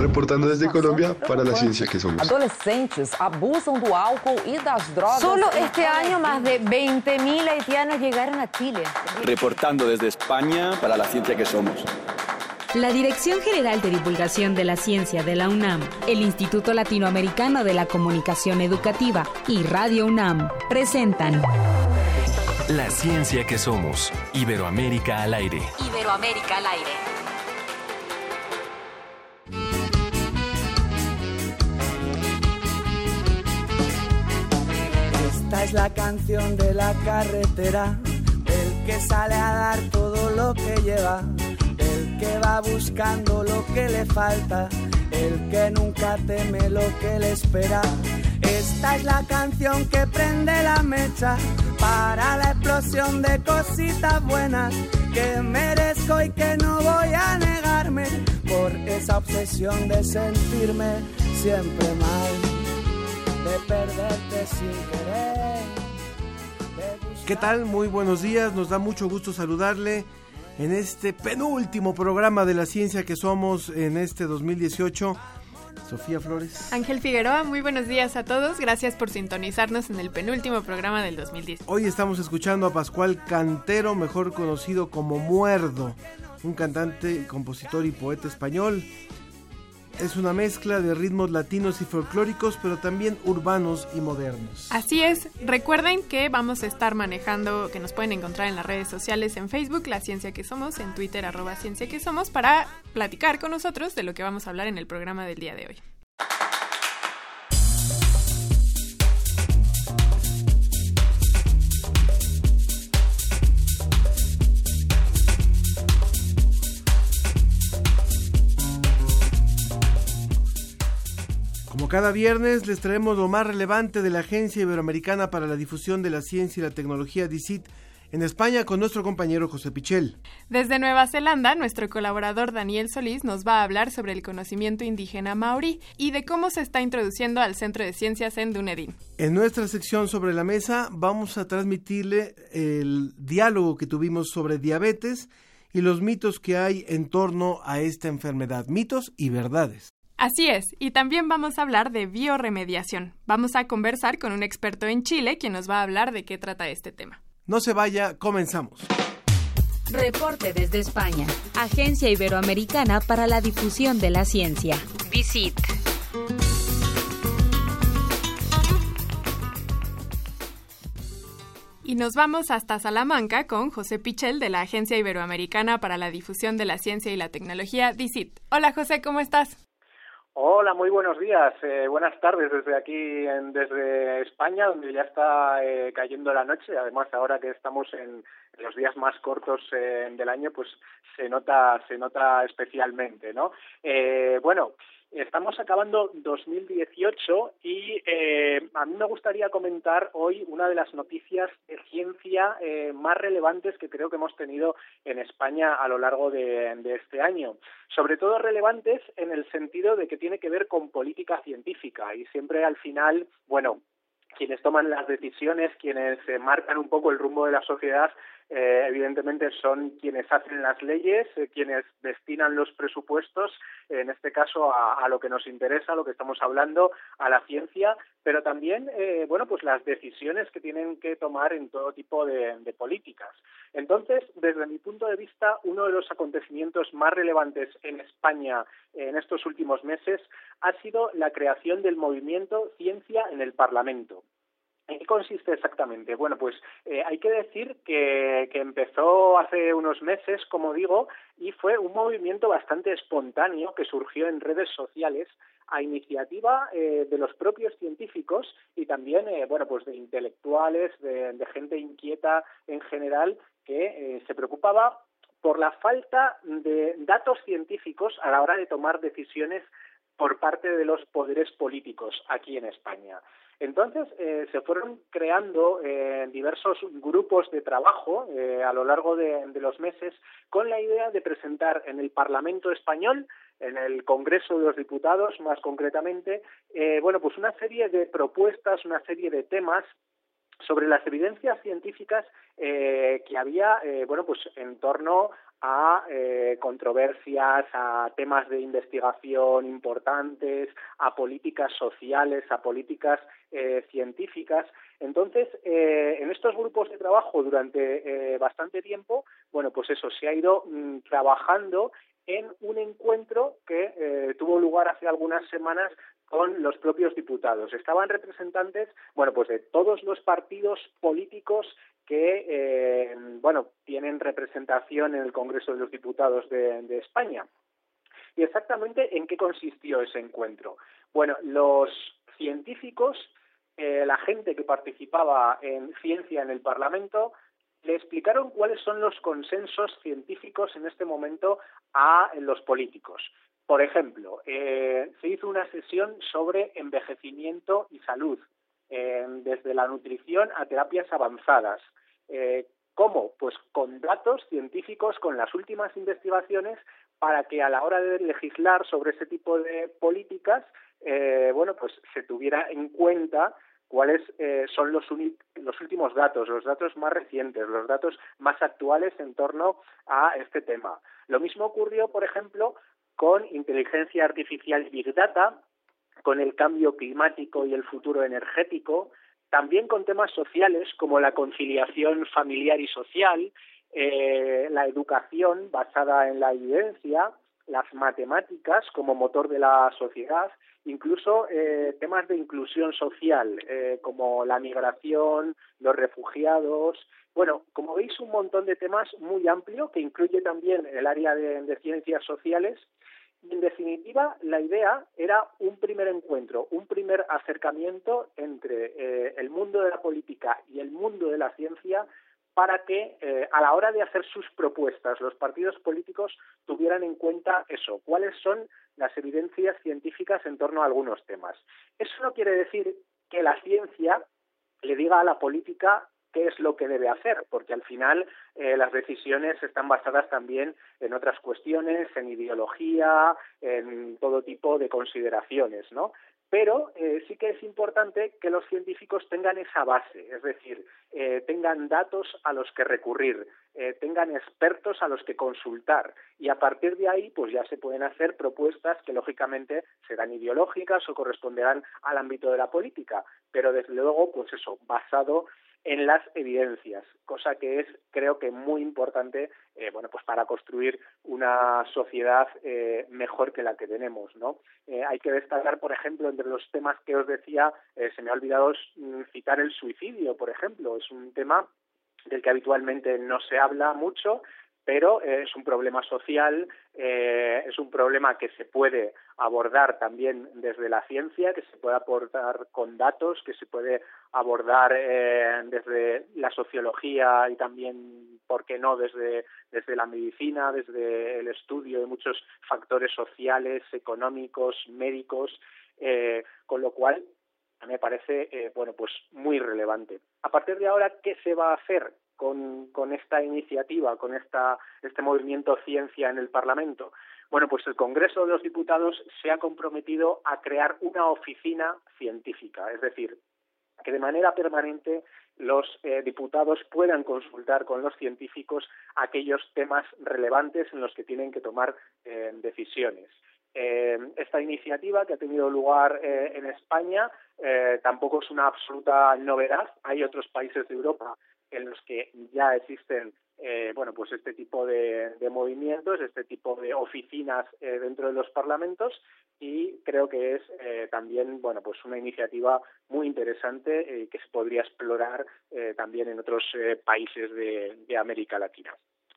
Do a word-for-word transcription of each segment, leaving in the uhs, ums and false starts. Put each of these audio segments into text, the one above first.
Reportando desde Colombia para la ciencia que somos. Adolescentes abusan do álcool y das drogas. Solo este año más de veinte mil haitianos llegaron a Chile. Reportando desde España para la ciencia que somos. La Dirección General de Divulgación de la Ciencia de la UNAM, el Instituto Latinoamericano de la Comunicación Educativa y Radio UNAM presentan La ciencia que somos. Iberoamérica al aire. Iberoamérica al aire. Esta es la canción de la carretera, del que sale a dar todo lo que lleva, del que va buscando lo que le falta, el que nunca teme lo que le espera. Esta es la canción que prende la mecha para la explosión de cositas buenas que merezco y que no voy a negarme por esa obsesión de sentirme siempre mal, de perderte sin querer. ¿Qué tal? Muy buenos días, nos da mucho gusto saludarle en este penúltimo programa de la ciencia que somos en este dos mil dieciocho. Sofía Flores. Ángel Figueroa, muy buenos días a todos, gracias por sintonizarnos en el penúltimo programa del dos mil diez. Hoy estamos escuchando a Pascual Cantero, mejor conocido como Muerdo, un cantante, compositor y poeta español. Es una mezcla de ritmos latinos y folclóricos, pero también urbanos y modernos. Así es, recuerden que vamos a estar manejando, que nos pueden encontrar en las redes sociales, en Facebook, La Ciencia que Somos, en Twitter, arroba Ciencia que Somos, para platicar con nosotros de lo que vamos a hablar en el programa del día de hoy. Como cada viernes les traemos lo más relevante de la Agencia Iberoamericana para la Difusión de la Ciencia y la Tecnología, D I C I T, en España, con nuestro compañero José Pichel. Desde Nueva Zelanda, nuestro colaborador Daniel Solís nos va a hablar sobre el conocimiento indígena maorí y de cómo se está introduciendo al Centro de Ciencias en Dunedin. En nuestra sección Sobre la Mesa vamos a transmitirle el diálogo que tuvimos sobre diabetes y los mitos que hay en torno a esta enfermedad, mitos y verdades. Así es, y también vamos a hablar de bioremediación. Vamos a conversar con un experto en Chile quien nos va a hablar de qué trata este tema. No se vaya, comenzamos. Reporte desde España. Agencia Iberoamericana para la Difusión de la Ciencia. D I C I T. Y nos vamos hasta Salamanca con José Pichel de la Agencia Iberoamericana para la Difusión de la Ciencia y la Tecnología, D I C I T. Hola José, ¿cómo estás? Hola, muy buenos días, eh, buenas tardes desde aquí, en, desde España, donde ya está eh, cayendo la noche. Además, ahora que estamos en, en los días más cortos eh, del año, pues se nota, se nota especialmente, ¿no? Eh, bueno, estamos acabando dos mil dieciocho y eh, a mí me gustaría comentar hoy una de las noticias de ciencia eh, más relevantes que creo que hemos tenido en España a lo largo de, de este año. Sobre todo relevantes en el sentido de que tiene que ver con política científica y siempre al final, bueno, quienes toman las decisiones, quienes eh, marcan un poco el rumbo de la sociedad, eh, evidentemente son quienes hacen las leyes, eh, quienes destinan los presupuestos, eh, en este caso a, a lo que nos interesa, a lo que estamos hablando, a la ciencia, pero también, eh, bueno, pues las decisiones que tienen que tomar en todo tipo de, de políticas. Entonces, desde mi punto de vista, uno de los acontecimientos más relevantes en España en estos últimos meses ha sido la creación del movimiento Ciencia en el Parlamento. ¿En qué consiste exactamente? Bueno, pues eh, hay que decir que, que empezó hace unos meses, como digo, y fue un movimiento bastante espontáneo que surgió en redes sociales a iniciativa eh, de los propios científicos y también, eh, bueno, pues de intelectuales, de, de gente inquieta en general que eh, se preocupaba por la falta de datos científicos a la hora de tomar decisiones por parte de los poderes políticos aquí en España. Entonces, eh, se fueron creando eh, diversos grupos de trabajo eh, a lo largo de, de los meses con la idea de presentar en el Parlamento español, en el Congreso de los Diputados más concretamente, eh, bueno, pues una serie de propuestas, una serie de temas sobre las evidencias científicas eh, que había, eh, bueno, pues en torno a eh, controversias, a temas de investigación importantes, a políticas sociales, a políticas eh, científicas. Entonces, eh, en estos grupos de trabajo durante eh, bastante tiempo, bueno, pues eso, se ha ido mm, trabajando en un encuentro que eh, tuvo lugar hace algunas semanas con los propios diputados. Estaban representantes, bueno, pues de todos los partidos políticos que, eh, bueno, tienen representación en el Congreso de los Diputados de, de España. ¿Y exactamente en qué consistió ese encuentro? Bueno, los científicos, eh, la gente que participaba en ciencia en el Parlamento, le explicaron cuáles son los consensos científicos en este momento a los políticos. Por ejemplo, eh, se hizo una sesión sobre envejecimiento y salud, eh, desde la nutrición a terapias avanzadas. Eh, ¿Cómo? Pues con datos científicos, con las últimas investigaciones, para que a la hora de legislar sobre ese tipo de políticas, eh, bueno, pues se tuviera en cuenta cuáles eh, son los, los últimos datos, los datos más recientes, los datos más actuales en torno a este tema. Lo mismo ocurrió, por ejemplo, con inteligencia artificial y Big Data, con el cambio climático y el futuro energético, también con temas sociales como la conciliación familiar y social, eh, la educación basada en la evidencia, las matemáticas como motor de la sociedad, incluso eh, temas de inclusión social eh, como la migración, los refugiados. Bueno, como veis, un montón de temas muy amplio que incluye también el área de, de ciencias sociales. Y en definitiva, la idea era un primer encuentro, un primer acercamiento entre eh, el mundo de la política y el mundo de la ciencia, para que eh, a la hora de hacer sus propuestas los partidos políticos tuvieran en cuenta eso, cuáles son las evidencias científicas en torno a algunos temas. Eso no quiere decir que la ciencia le diga a la política qué es lo que debe hacer, porque al final eh, las decisiones están basadas también en otras cuestiones, en ideología, en todo tipo de consideraciones, ¿no? Pero eh, sí que es importante que los científicos tengan esa base, es decir, eh, tengan datos a los que recurrir, eh, tengan expertos a los que consultar, y a partir de ahí pues ya se pueden hacer propuestas que lógicamente serán ideológicas o corresponderán al ámbito de la política, pero desde luego pues eso, basado en las evidencias, cosa que es, creo que muy importante, eh, bueno, pues para construir una sociedad eh, mejor que la que tenemos, ¿no? Eh, hay que destacar, por ejemplo, entre los temas que os decía, eh, se me ha olvidado citar el suicidio, por ejemplo. Es un tema del que habitualmente no se habla mucho, pero eh, es un problema social, eh, es un problema que se puede abordar también desde la ciencia, que se puede abordar con datos, que se puede abordar eh, desde la sociología y también, ¿por qué no?, desde, desde la medicina, desde el estudio de muchos factores sociales, económicos, médicos, eh, con lo cual me parece eh, bueno, pues muy relevante. A partir de ahora, ¿qué se va a hacer con, con esta iniciativa, con esta, este movimiento ciencia en el Parlamento? Bueno, pues el Congreso de los Diputados se ha comprometido a crear una oficina científica, es decir, que de manera permanente los eh, diputados puedan consultar con los científicos aquellos temas relevantes en los que tienen que tomar eh, decisiones. Eh, esta iniciativa que ha tenido lugar eh, en España eh, tampoco es una absoluta novedad. Hay otros países de Europa en los que ya existen eh, bueno, pues este tipo de, de movimientos, este tipo de oficinas eh, dentro de los parlamentos, y creo que es eh, también bueno, pues una iniciativa muy interesante eh, que se podría explorar eh, también en otros eh, países de, de América Latina.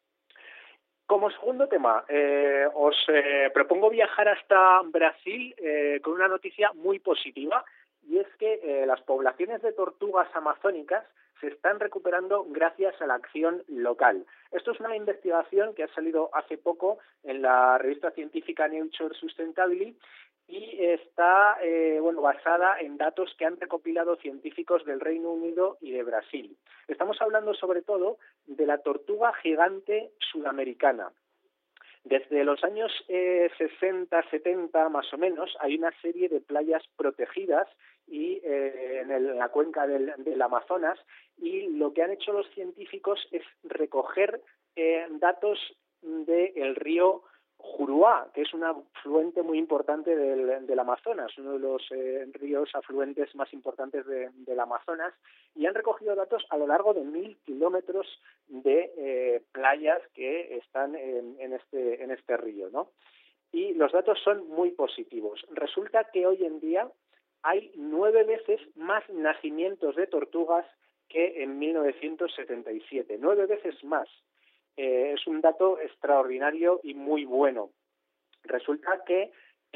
Como segundo tema, eh, os eh, propongo viajar hasta Brasil eh, con una noticia muy positiva, y es que eh, las poblaciones de tortugas amazónicas se están recuperando gracias a la acción local. Esto es una investigación que ha salido hace poco en la revista científica Nature Sustainability y está eh, bueno, basada en datos que han recopilado científicos del Reino Unido y de Brasil. Estamos hablando sobre todo de la tortuga gigante sudamericana. Desde los años eh, sesenta, setenta más o menos hay una serie de playas protegidas y eh, en, el, en la cuenca del, del Amazonas, y lo que han hecho los científicos es recoger eh, datos del río Juruá, que es un afluente muy importante del, del Amazonas, uno de los eh, ríos afluentes más importantes de, del Amazonas, y han recogido datos a lo largo de mil kilómetros de eh, playas que están en, en, este, en este río, ¿no? Y los datos son muy positivos. Resulta que hoy en día hay nueve veces más nacimientos de tortugas que en mil novecientos setenta y siete, nueve veces más. Eh, es un dato extraordinario y muy bueno. Resulta que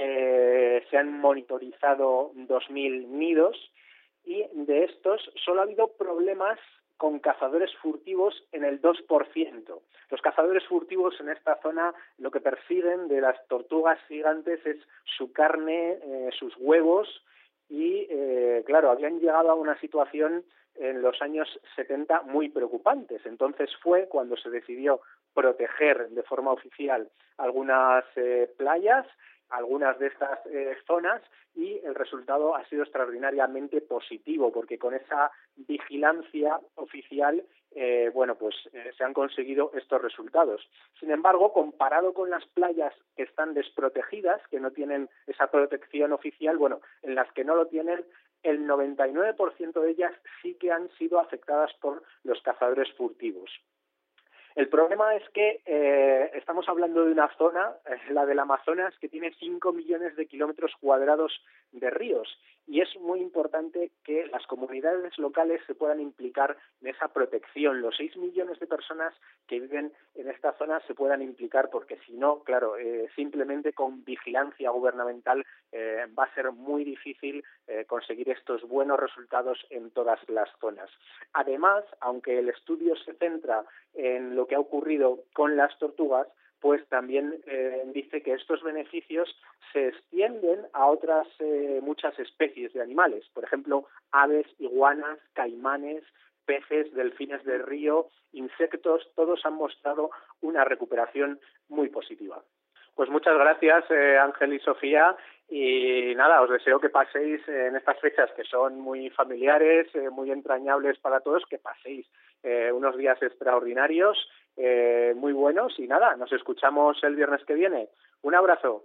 eh, se han monitorizado dos mil nidos y de estos solo ha habido problemas con cazadores furtivos en el dos por ciento. Los cazadores furtivos en esta zona lo que persiguen de las tortugas gigantes es su carne, eh, sus huevos y, eh, claro, habían llegado a una situación en los años setenta muy preocupantes. Entonces fue cuando se decidió proteger de forma oficial algunas eh, playas, algunas de estas eh, zonas, y el resultado ha sido extraordinariamente positivo, porque con esa vigilancia oficial eh, bueno, pues eh, se han conseguido estos resultados. Sin embargo, comparado con las playas que están desprotegidas, que no tienen esa protección oficial, bueno, en las que no lo tienen, el noventa y nueve por ciento de ellas sí que han sido afectadas por los cazadores furtivos. El problema es que eh, estamos hablando de una zona, eh, la del Amazonas, que tiene cinco millones de kilómetros cuadrados de ríos, y es muy importante que las comunidades locales se puedan implicar en esa protección. Los seis millones de personas que viven en esta zona se puedan implicar, porque si no, claro, eh, simplemente con vigilancia gubernamental eh, va a ser muy difícil eh, conseguir estos buenos resultados en todas las zonas. Además, aunque el estudio se centra en lo que ha ocurrido con las tortugas, pues también eh, dice que estos beneficios se extienden a otras eh, muchas especies de animales, por ejemplo, aves, iguanas, caimanes, peces, delfines del río, insectos, todos han mostrado una recuperación muy positiva. Pues muchas gracias, eh, Ángel y Sofía, y nada, os deseo que paséis eh, en estas fechas que son muy familiares, eh, muy entrañables para todos, que paséis eh, unos días extraordinarios, eh, muy buenos, y nada, nos escuchamos el viernes que viene. Un abrazo.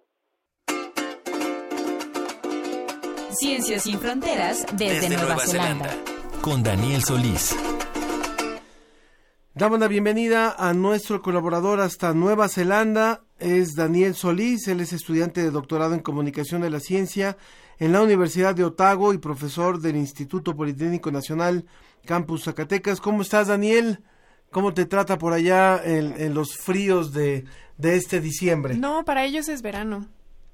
Ciencias sin fronteras desde, desde Nueva, Nueva Zelanda. Zelanda. Con Daniel Solís. Damos la bienvenida a nuestro colaborador hasta Nueva Zelanda, es Daniel Solís. Él es estudiante de doctorado en Comunicación de la Ciencia en la Universidad de Otago y profesor del Instituto Politécnico Nacional Campus Zacatecas. ¿Cómo estás, Daniel? ¿Cómo te trata por allá en, en los fríos de, de este diciembre? No, para ellos es verano.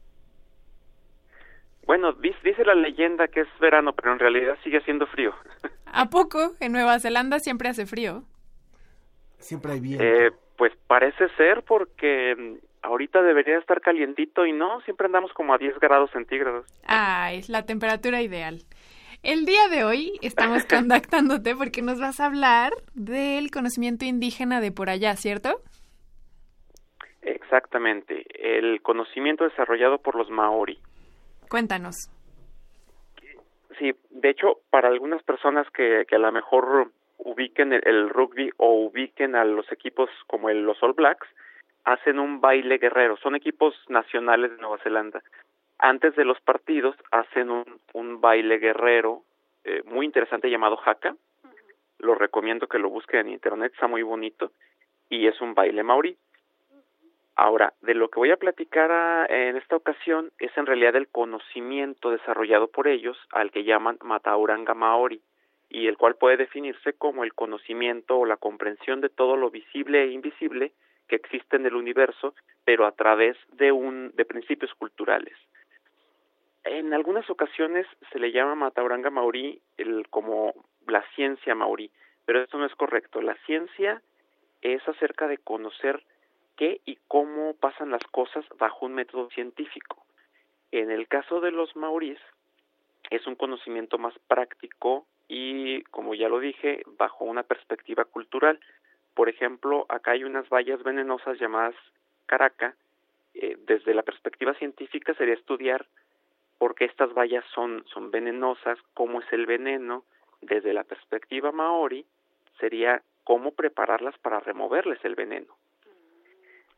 Bueno, dice la leyenda que es verano, pero en realidad sigue haciendo frío. ¿A poco? En Nueva Zelanda siempre hace frío. Siempre hay viento. Eh, pues parece ser, porque ahorita debería estar calientito y no, siempre andamos como a diez grados centígrados. Ah, es la temperatura ideal. El día de hoy estamos contactándote porque nos vas a hablar del conocimiento indígena de por allá, ¿cierto? Exactamente, el conocimiento desarrollado por los maori. Cuéntanos. Sí, de hecho, para algunas personas que, que a lo mejor ubiquen el, el rugby o ubiquen a los equipos como el, los All Blacks, hacen un baile guerrero. Son equipos nacionales de Nueva Zelanda. Antes de los partidos hacen un, un baile guerrero eh, muy interesante llamado haka. Lo recomiendo que lo busquen en internet, está muy bonito. Y es un baile maorí. Ahora, de lo que voy a platicar a, en esta ocasión es en realidad el conocimiento desarrollado por ellos al que llaman Matauranga Maori, y el cual puede definirse como el conocimiento o la comprensión de todo lo visible e invisible que existe en el universo, pero a través de un de principios culturales. En algunas ocasiones se le llama Matauranga Maori el, como la ciencia maorí, pero esto no es correcto. La ciencia es acerca de conocer qué y cómo pasan las cosas bajo un método científico. En el caso de los maorís, es un conocimiento más práctico y, como ya lo dije, bajo una perspectiva cultural. Por ejemplo, acá hay unas bayas venenosas llamadas caraca. Eh, desde la perspectiva científica sería estudiar por qué estas bayas son, son venenosas, cómo es el veneno. Desde la perspectiva maori sería cómo prepararlas para removerles el veneno.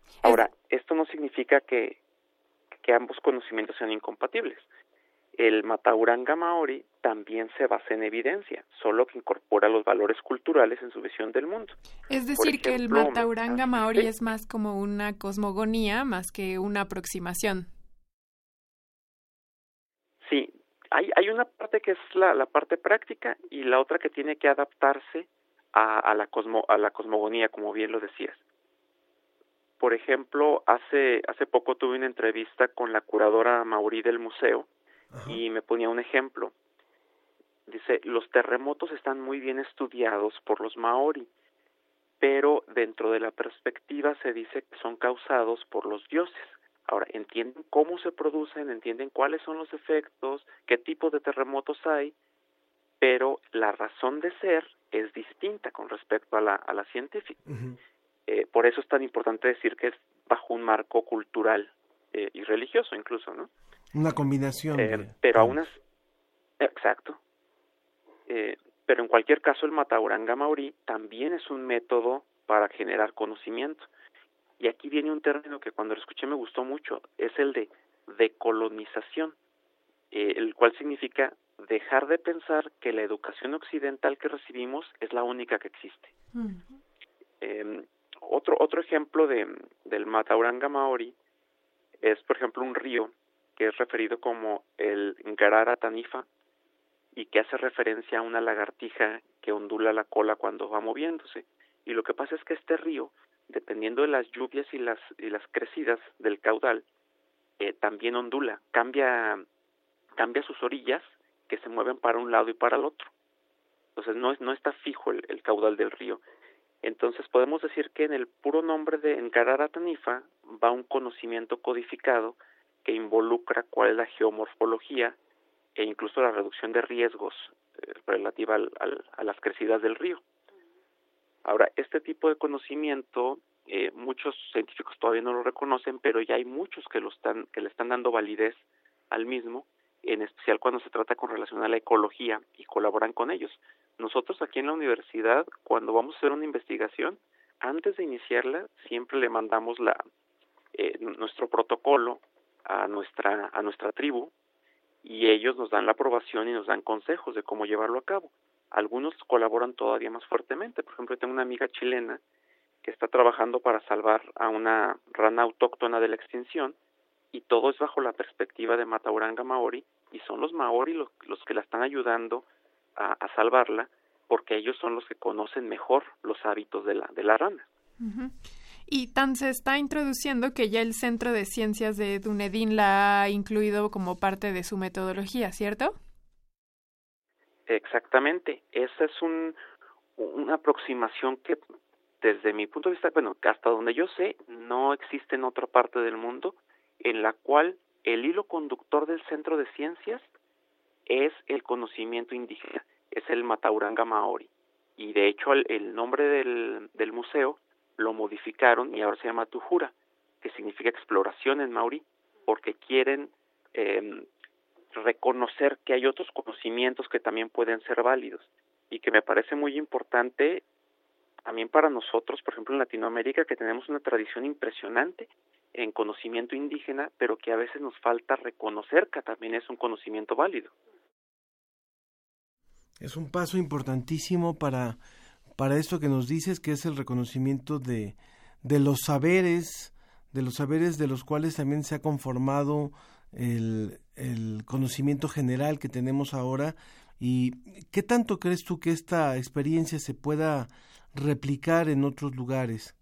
Ahora, esto no significa que, que ambos conocimientos sean incompatibles. El Matauranga Maori también se basa en evidencia, solo que incorpora los valores culturales en su visión del mundo. Es decir, ejemplo, que el Matauranga Maori ¿sí? es más como una cosmogonía, más que una aproximación. Sí, hay, hay una parte que es la, la parte práctica y la otra que tiene que adaptarse a, a, la, cosmo, a la cosmogonía, como bien lo decías. Por ejemplo, hace, hace poco tuve una entrevista con la curadora maorí del museo. Ajá. Y me ponía un ejemplo. Dice, los terremotos están muy bien estudiados por los maorí, pero dentro de la perspectiva se dice que son causados por los dioses. Ahora, entienden cómo se producen, entienden cuáles son los efectos, qué tipo de terremotos hay, pero la razón de ser es distinta con respecto a la, a la científica. Uh-huh. Eh, por eso es tan importante decir que es bajo un marco cultural eh, y religioso incluso, ¿no? Una combinación. Eh, de... Pero aún es... Exacto. Eh, pero en cualquier caso el Matauranga Maorí también es un método para generar conocimiento. Y aquí viene un término que cuando lo escuché me gustó mucho, es el de decolonización, eh, el cual significa dejar de pensar que la educación occidental que recibimos es la única que existe. Uh-huh. Eh, otro, otro ejemplo de, del Matauranga Maorí es, por ejemplo, un río que es referido como el Ngarara Tanifa y que hace referencia a una lagartija que ondula la cola cuando va moviéndose. Y lo que pasa es que este río, dependiendo de las lluvias y las y las crecidas del caudal, eh, también ondula, cambia cambia sus orillas que se mueven para un lado y para el otro. Entonces no es no está fijo el, el caudal del río. Entonces podemos decir que en el puro nombre de Ngarara Tanifa va un conocimiento codificado que involucra cuál es la geomorfología e incluso la reducción de riesgos eh, relativa al, al, a las crecidas del río. Ahora, este tipo de conocimiento, eh, muchos científicos todavía no lo reconocen, pero ya hay muchos que lo están, que le están dando validez al mismo, en especial cuando se trata con relación a la ecología y colaboran con ellos. Nosotros aquí en la universidad, cuando vamos a hacer una investigación, antes de iniciarla, siempre le mandamos la eh, nuestro protocolo a nuestra a nuestra tribu y ellos nos dan la aprobación y nos dan consejos de cómo llevarlo a cabo. Algunos colaboran todavía más fuertemente. Por ejemplo, tengo una amiga chilena que está trabajando para salvar a una rana autóctona de la extinción y todo es bajo la perspectiva de Matauranga Maorí y son los maorí los, los que la están ayudando a, a salvarla porque ellos son los que conocen mejor los hábitos de la de la rana. Uh-huh. Y tan se está introduciendo que ya el Centro de Ciencias de Dunedin la ha incluido como parte de su metodología, ¿cierto? Exactamente. Esa es un, una aproximación que, desde mi punto de vista, bueno, hasta donde yo sé, no existe en otra parte del mundo en la cual el hilo conductor del Centro de Ciencias es el conocimiento indígena, es el Matauranga Maorí. Y de hecho el, el nombre del, del museo lo modificaron y ahora se llama Tujura, que significa exploración en maorí, porque quieren eh, reconocer que hay otros conocimientos que también pueden ser válidos y que me parece muy importante también para nosotros, por ejemplo en Latinoamérica, que tenemos una tradición impresionante en conocimiento indígena, pero que a veces nos falta reconocer que también es un conocimiento válido. Es un paso importantísimo para para esto que nos dices, que es el reconocimiento de, de los saberes, de los saberes de los cuales también se ha conformado el, el conocimiento general que tenemos ahora. ¿Y qué tanto crees tú que esta experiencia se pueda replicar en otros lugares?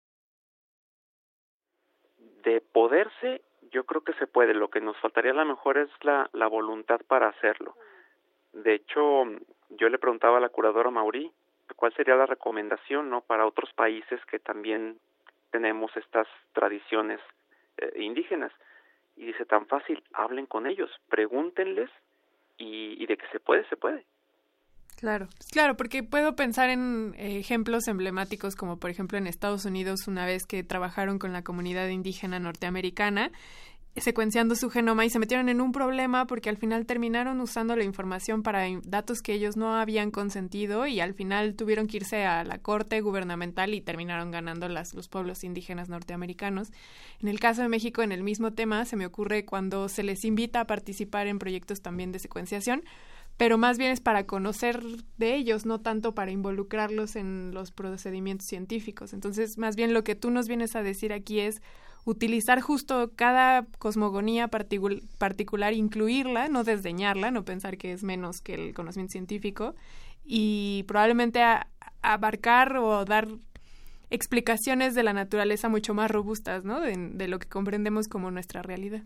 De poderse, yo creo que se puede. Lo que nos faltaría a lo mejor es la, la voluntad para hacerlo. De hecho, yo le preguntaba a la curadora maorí cuál sería la recomendación, ¿no?, para otros países que también tenemos estas tradiciones eh, indígenas. Y dice, tan fácil, hablen con ellos, pregúntenles y, y de que se puede, se puede. Claro, claro, porque puedo pensar en ejemplos emblemáticos como por ejemplo en Estados Unidos una vez que trabajaron con la comunidad indígena norteamericana secuenciando su genoma y se metieron en un problema porque al final terminaron usando la información para datos que ellos no habían consentido y al final tuvieron que irse a la corte gubernamental y terminaron ganando las, los pueblos indígenas norteamericanos. En el caso de México, en el mismo tema, se me ocurre cuando se les invita a participar en proyectos también de secuenciación, pero más bien es para conocer de ellos, no tanto para involucrarlos en los procedimientos científicos. Entonces, más bien lo que tú nos vienes a decir aquí es utilizar justo cada cosmogonía particul- particular, incluirla, no desdeñarla, no pensar que es menos que el conocimiento científico, y probablemente a, a abarcar o dar explicaciones de la naturaleza mucho más robustas, ¿no? De, de lo que comprendemos como nuestra realidad.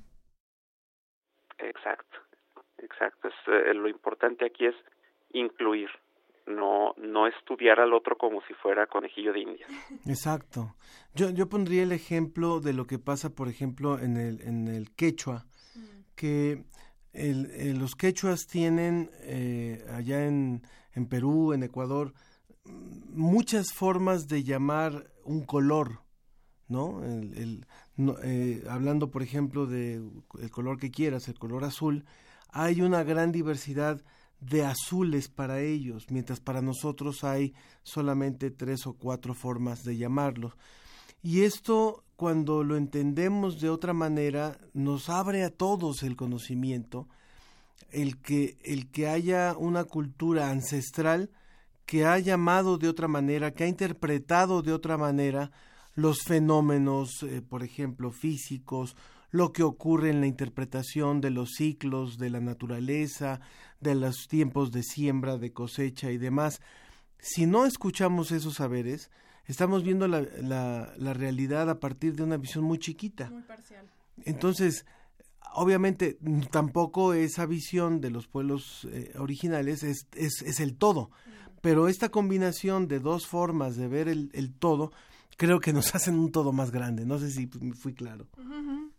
Exacto, exacto. Es, eh, lo importante aquí es incluir. No, no estudiar al otro como si fuera conejillo de Indias. Exacto. Yo, yo pondría el ejemplo de lo que pasa, por ejemplo, en el, en el quechua, mm. que el, el, los quechuas tienen eh, allá en, en Perú, en Ecuador, muchas formas de llamar un color, ¿no? El, el, no eh, hablando, por ejemplo, de el color que quieras, el color azul, hay una gran diversidad de azules para ellos, mientras para nosotros hay solamente tres o cuatro formas de llamarlos. Y esto, cuando lo entendemos de otra manera, nos abre a todos el conocimiento, el que, el que haya una cultura ancestral que ha llamado de otra manera, que ha interpretado de otra manera los fenómenos, eh, por ejemplo, físicos, lo que ocurre en la interpretación de los ciclos de la naturaleza, de los tiempos de siembra, de cosecha y demás. Si no escuchamos esos saberes, estamos viendo la, la, la realidad a partir de una visión muy chiquita. Muy parcial. Entonces, obviamente, tampoco esa visión de los pueblos eh, originales es, es, es el todo, uh-huh. Pero esta combinación de dos formas de ver el, el todo, creo que nos hacen un todo más grande. No sé si fui claro. Uh-huh.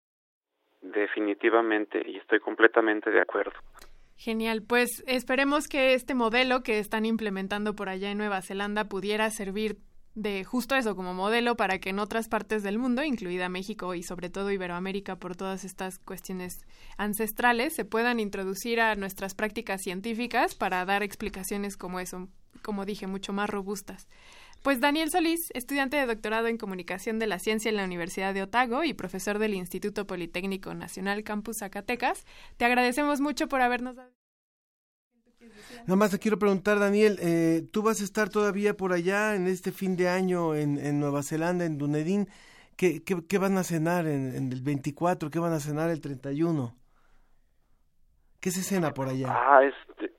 Definitivamente, y estoy completamente de acuerdo. Genial, pues esperemos que este modelo que están implementando por allá en Nueva Zelanda pudiera servir de justo eso como modelo para que en otras partes del mundo, incluida México y sobre todo Iberoamérica por todas estas cuestiones ancestrales, se puedan introducir a nuestras prácticas científicas para dar explicaciones como eso, como dije, mucho más robustas. Pues Daniel Solís, estudiante de doctorado en Comunicación de la Ciencia en la Universidad de Otago y profesor del Instituto Politécnico Nacional Campus Zacatecas, te agradecemos mucho por habernos dado... Nada más te quiero preguntar, Daniel, eh, ¿tú vas a estar todavía por allá en este fin de año en, en Nueva Zelanda, en Dunedin? ¿Qué, qué, qué van a cenar en, en el veinticuatro? ¿Qué van a cenar el treinta y uno? ¿Qué se cena por allá? Ah, este...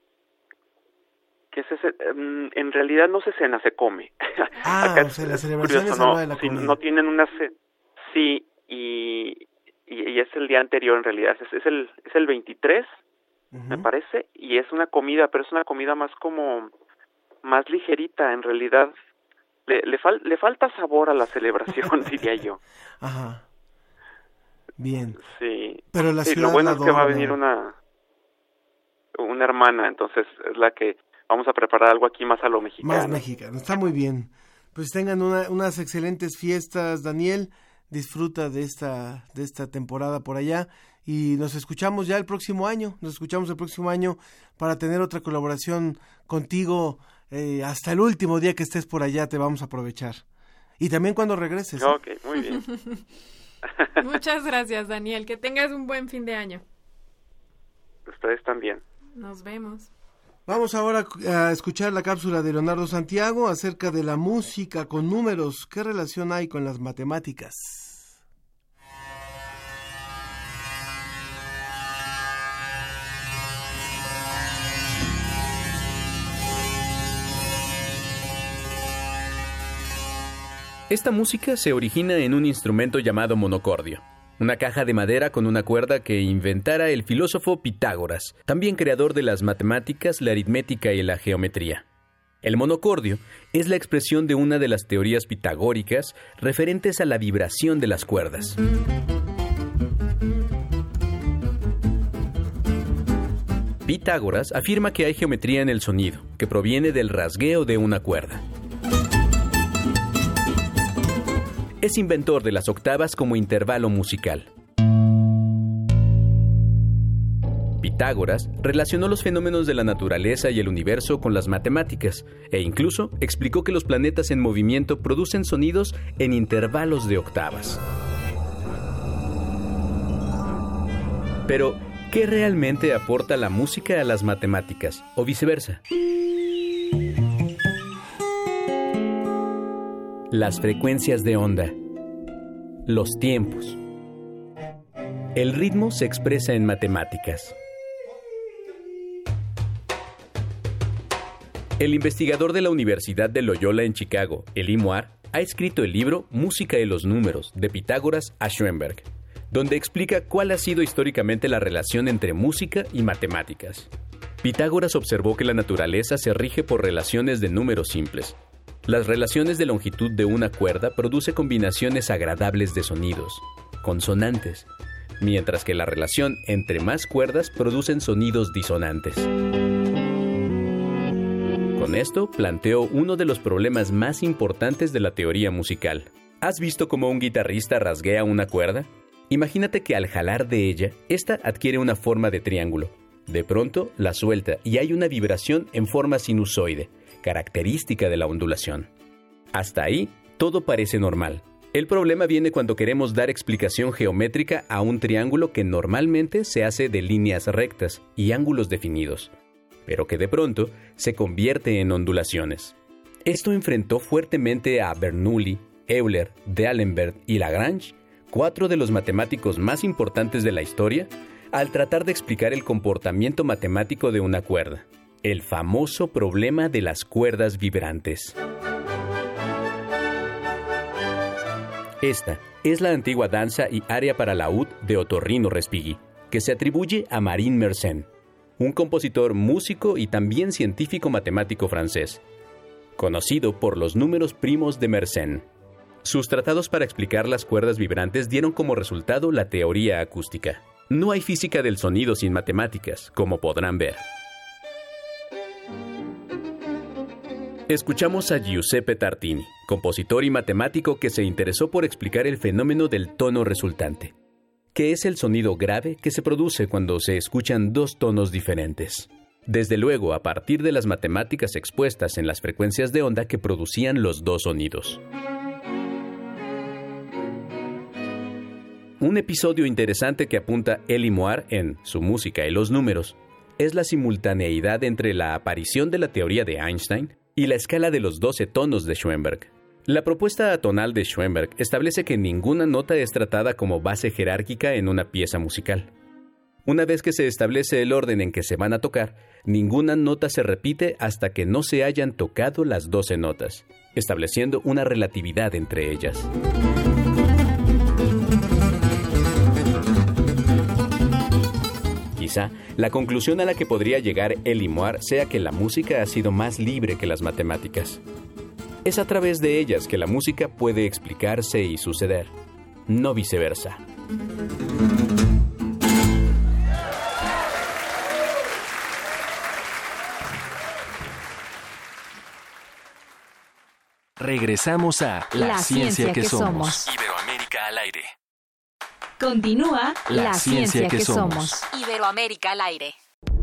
que se, en realidad no se cena, se come. Ah, Acá o sea, la celebración es no, de la sí, comida. no tienen una ce- sí, y, y, y es el día anterior en realidad, es, es el es el veintitrés, uh-huh. Me parece, y es una comida, pero es una comida más como, más ligerita en realidad. Le, le, fal, le falta sabor a la celebración, diría yo. Ajá. Bien. Sí. Pero la sí, ciudad lo bueno es que va a adorna. venir una, una hermana, entonces es la que... Vamos a preparar algo aquí más a lo mexicano. Más mexicano, está muy bien. Pues tengan una, unas excelentes fiestas, Daniel. Disfruta de esta, de esta temporada por allá. Y nos escuchamos ya el próximo año. Nos escuchamos el próximo año para tener otra colaboración contigo. Eh, hasta el último día que estés por allá te vamos a aprovechar. Y también cuando regreses. ¿eh? Ok, muy bien. Muchas gracias, Daniel. Que tengas un buen fin de año. Ustedes también. Nos vemos. Vamos ahora a escuchar la cápsula de Leonardo Santiago acerca de la música con números. ¿Qué relación hay con las matemáticas? Esta música se origina en un instrumento llamado monocordio. Una caja de madera con una cuerda que inventara el filósofo Pitágoras, también creador de las matemáticas, la aritmética y la geometría. El monocordio es la expresión de una de las teorías pitagóricas referentes a la vibración de las cuerdas. Pitágoras afirma que hay geometría en el sonido, que proviene del rasgueo de una cuerda. Es inventor de las octavas como intervalo musical. Pitágoras relacionó los fenómenos de la naturaleza y el universo con las matemáticas, e incluso explicó que los planetas en movimiento producen sonidos en intervalos de octavas. Pero, ¿qué realmente aporta la música a las matemáticas, o viceversa? Las frecuencias de onda, los tiempos. El ritmo se expresa en matemáticas. El investigador de la Universidad de Loyola en Chicago, Elie Moir, ha escrito el libro Música y los números, de Pitágoras a Schoenberg, donde explica cuál ha sido históricamente la relación entre música y matemáticas. Pitágoras observó que la naturaleza se rige por relaciones de números simples. Las relaciones de longitud de una cuerda produce combinaciones agradables de sonidos, consonantes, mientras que la relación entre más cuerdas producen sonidos disonantes. Con esto planteó uno de los problemas más importantes de la teoría musical. ¿Has visto cómo un guitarrista rasguea una cuerda? Imagínate que al jalar de ella, esta adquiere una forma de triángulo. De pronto, la suelta y hay una vibración en forma sinusoide, característica de la ondulación. Hasta ahí, todo parece normal. El problema viene cuando queremos dar explicación geométrica a un triángulo que normalmente se hace de líneas rectas y ángulos definidos, pero que de pronto se convierte en ondulaciones. Esto enfrentó fuertemente a Bernoulli, Euler, D'Alembert y Lagrange, cuatro de los matemáticos más importantes de la historia, al tratar de explicar el comportamiento matemático de una cuerda, el famoso problema de las cuerdas vibrantes. Esta es la antigua danza y aria para laúd de Otorrino Respighi, que se atribuye a Marin Mersenne, un compositor, músico y también científico matemático francés, conocido por los números primos de Mersenne. Sus tratados para explicar las cuerdas vibrantes dieron como resultado la teoría acústica. No hay física del sonido sin matemáticas, como podrán ver. Escuchamos a Giuseppe Tartini, compositor y matemático que se interesó por explicar el fenómeno del tono resultante, que es el sonido grave que se produce cuando se escuchan dos tonos diferentes. Desde luego, a partir de las matemáticas expuestas en las frecuencias de onda que producían los dos sonidos. Un episodio interesante que apunta Elie Moir en Su música y los números es la simultaneidad entre la aparición de la teoría de Einstein y la escala de los doce tonos de Schoenberg. La propuesta atonal de Schoenberg establece que ninguna nota es tratada como base jerárquica en una pieza musical. Una vez que se establece el orden en que se van a tocar, ninguna nota se repite hasta que no se hayan tocado las doce notas, estableciendo una relatividad entre ellas. Quizá la conclusión a la que podría llegar Elie Moir sea que la música ha sido más libre que las matemáticas. Es a través de ellas que la música puede explicarse y suceder, no viceversa. Regresamos a La, La Ciencia, Ciencia que, que somos. somos. Iberoamérica al aire. Continúa La La, Ciencia Ciencia, que que, somos. somos. Iberoamérica al aire.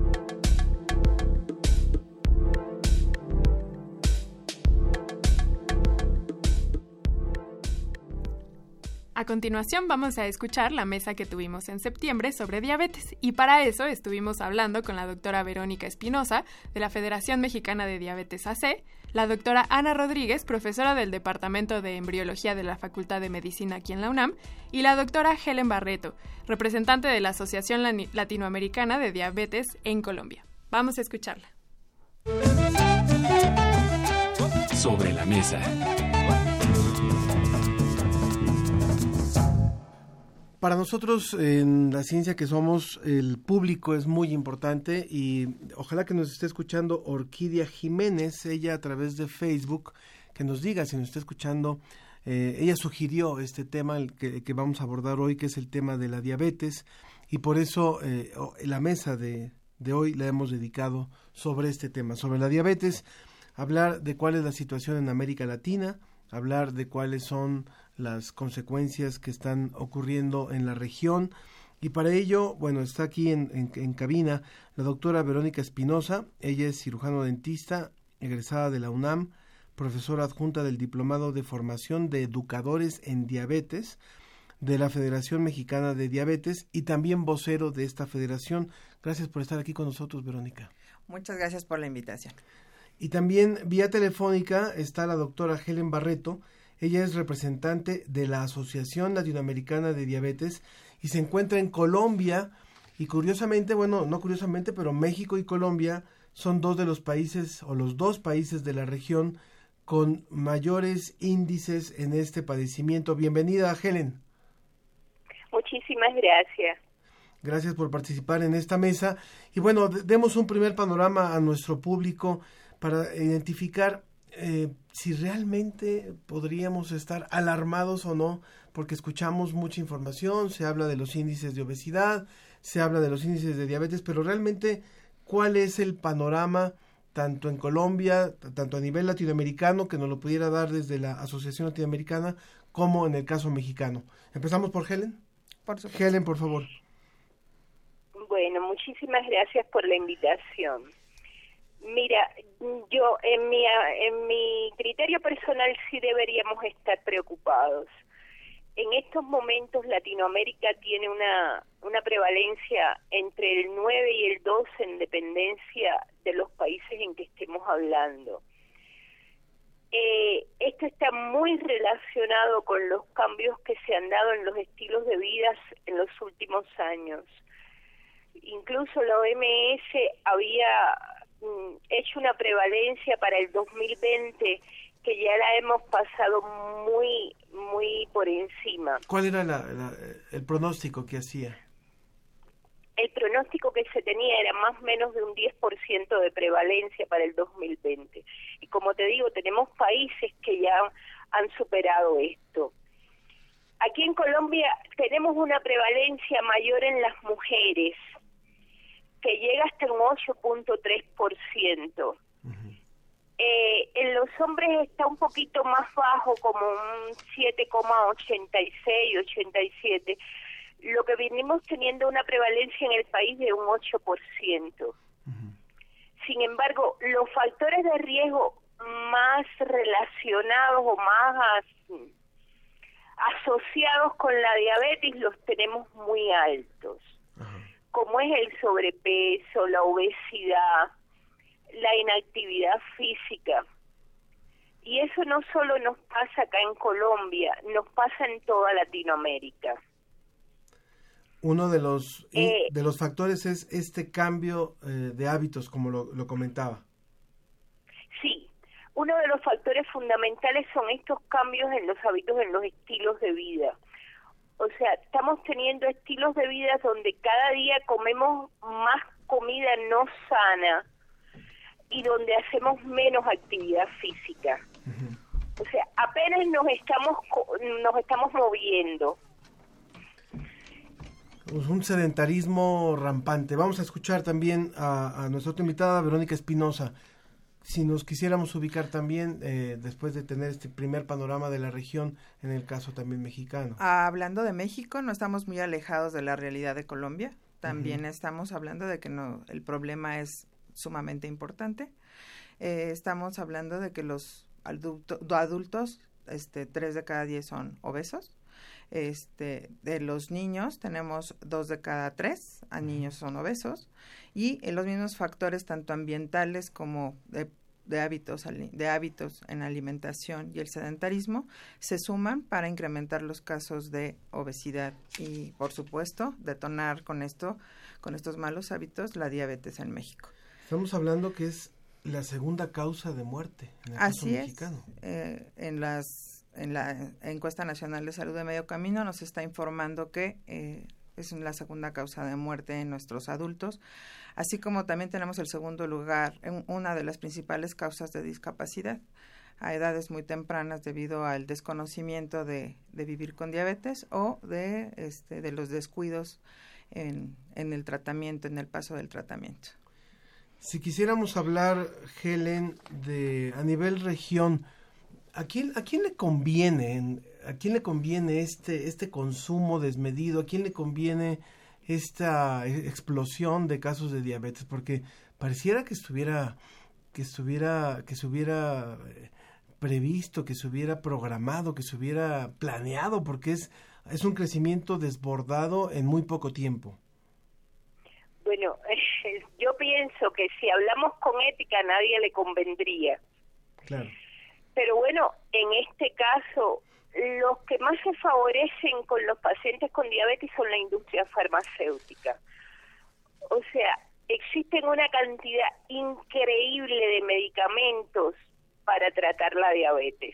A continuación vamos a escuchar la mesa que tuvimos en septiembre sobre diabetes y para eso estuvimos hablando con la doctora Verónica Espinosa de la Federación Mexicana de Diabetes A C, la doctora Ana Rodríguez, profesora del Departamento de Embriología de la Facultad de Medicina aquí en la UNAM, y la doctora Helen Barreto, representante de la Asociación Latinoamericana de Diabetes en Colombia. Vamos a escucharla. Sobre la mesa. Para nosotros, en La Ciencia que Somos, el público es muy importante y ojalá que nos esté escuchando Orquídea Jiménez, ella a través de Facebook, que nos diga si nos está escuchando. Eh, ella sugirió este tema el que, que vamos a abordar hoy, que es el tema de la diabetes, y por eso eh, la mesa de, de hoy la hemos dedicado sobre este tema, sobre la diabetes, hablar de cuál es la situación en América Latina, hablar de cuáles son las consecuencias que están ocurriendo en la región Y para ello, bueno, está aquí en, en, en cabina la doctora Verónica Espinosa. Ella es cirujano dentista, egresada de la UNAM, profesora adjunta del Diplomado de Formación de Educadores en Diabetes de la Federación Mexicana de Diabetes y también vocero de esta federación. Gracias por estar aquí con nosotros, Verónica. Muchas gracias por la invitación. Y también vía telefónica está la doctora Helen Barreto. Ella es representante de la Asociación Latinoamericana de Diabetes y se encuentra en Colombia. Y curiosamente, bueno, no curiosamente, pero México y Colombia son dos de los países o los dos países de la región con mayores índices en este padecimiento. Bienvenida, Helen. Muchísimas gracias. Gracias por participar en esta mesa. Y bueno, demos un primer panorama a nuestro público para identificar eh, si realmente podríamos estar alarmados o no, porque escuchamos mucha información, se habla de los índices de obesidad, se habla de los índices de diabetes, pero realmente, ¿cuál es el panorama tanto en Colombia, tanto a nivel latinoamericano, que nos lo pudiera dar desde la Asociación Latinoamericana, como en el caso mexicano? Empezamos por Helen. Por supuesto. Helen, por favor. Bueno, muchísimas gracias por la invitación. Mira, yo en mi, en mi criterio personal sí deberíamos estar preocupados. En estos momentos Latinoamérica tiene una, una prevalencia entre el nueve y el doce en dependencia de los países en que estemos hablando. Eh, esto está muy relacionado con los cambios que se han dado en los estilos de vida en los últimos años. Incluso la O M S había mm, hecho una prevalencia para el dos mil veinte que ya la hemos pasado muy, muy por encima. ¿Cuál era la, la, el pronóstico que hacía? El pronóstico que se tenía era más o menos de un diez por ciento de prevalencia para el dos mil veinte. Y como te digo, tenemos países que ya han superado esto. Aquí en Colombia tenemos una prevalencia mayor en las mujeres, que llega hasta un ocho punto tres por ciento. Uh-huh. Eh, en los hombres está un poquito más bajo, como un siete coma ochenta y seis, ochenta y siete, lo que venimos teniendo una prevalencia en el país de un ocho por ciento. Uh-huh. Sin embargo, los factores de riesgo más relacionados o más asociados con la diabetes los tenemos muy altos, uh-huh. como es el sobrepeso, la obesidad, la inactividad física. Y eso no solo nos pasa acá en Colombia, nos pasa en toda Latinoamérica. Uno de los eh, de los factores es este cambio eh, de hábitos, como lo, lo comentaba. Sí, uno de los factores fundamentales son estos cambios en los hábitos, en los estilos de vida. O sea, estamos teniendo estilos de vida donde cada día comemos más comida no sana y donde hacemos menos actividad física. Uh-huh. O sea, apenas nos estamos nos estamos moviendo. Un sedentarismo rampante. Vamos a escuchar también a, a nuestra otra invitada, Verónica Espinosa. Si nos quisiéramos ubicar también, eh, después de tener este primer panorama de la región, en el caso también mexicano. Ah, hablando de México, no estamos muy alejados de la realidad de Colombia. También uh-huh. estamos hablando de que no, el problema es sumamente importante. Eh, estamos hablando de que los adulto, adultos, este, tres de cada diez son obesos. Este, de los niños tenemos dos de cada tres a niños son obesos, y en los mismos factores tanto ambientales como de, de hábitos de hábitos en alimentación y el sedentarismo se suman para incrementar los casos de obesidad y, por supuesto, detonar con esto con estos malos hábitos la diabetes en México. Estamos hablando que es la segunda causa de muerte en el Así caso mexicano. Es, eh, en las En la encuesta nacional de salud de Medio Camino nos está informando que eh, es la segunda causa de muerte en nuestros adultos, así como también tenemos el segundo lugar en una de las principales causas de discapacidad a edades muy tempranas debido al desconocimiento de, de vivir con diabetes o de este de los descuidos en, en el tratamiento, en el paso del tratamiento. Si quisiéramos hablar, Helen, de a nivel región, ¿A quién, ¿A quién le conviene, a quién le conviene este, este consumo desmedido? ¿A quién le conviene esta explosión de casos de diabetes? Porque pareciera que estuviera, que estuviera, que se hubiera previsto, que se hubiera programado, que se hubiera planeado, porque es, es un crecimiento desbordado en muy poco tiempo. Bueno, yo pienso que si hablamos con ética a nadie le convendría. Claro. Pero bueno, en este caso, los que más se favorecen con los pacientes con diabetes son la industria farmacéutica. O sea, existen una cantidad increíble de medicamentos para tratar la diabetes.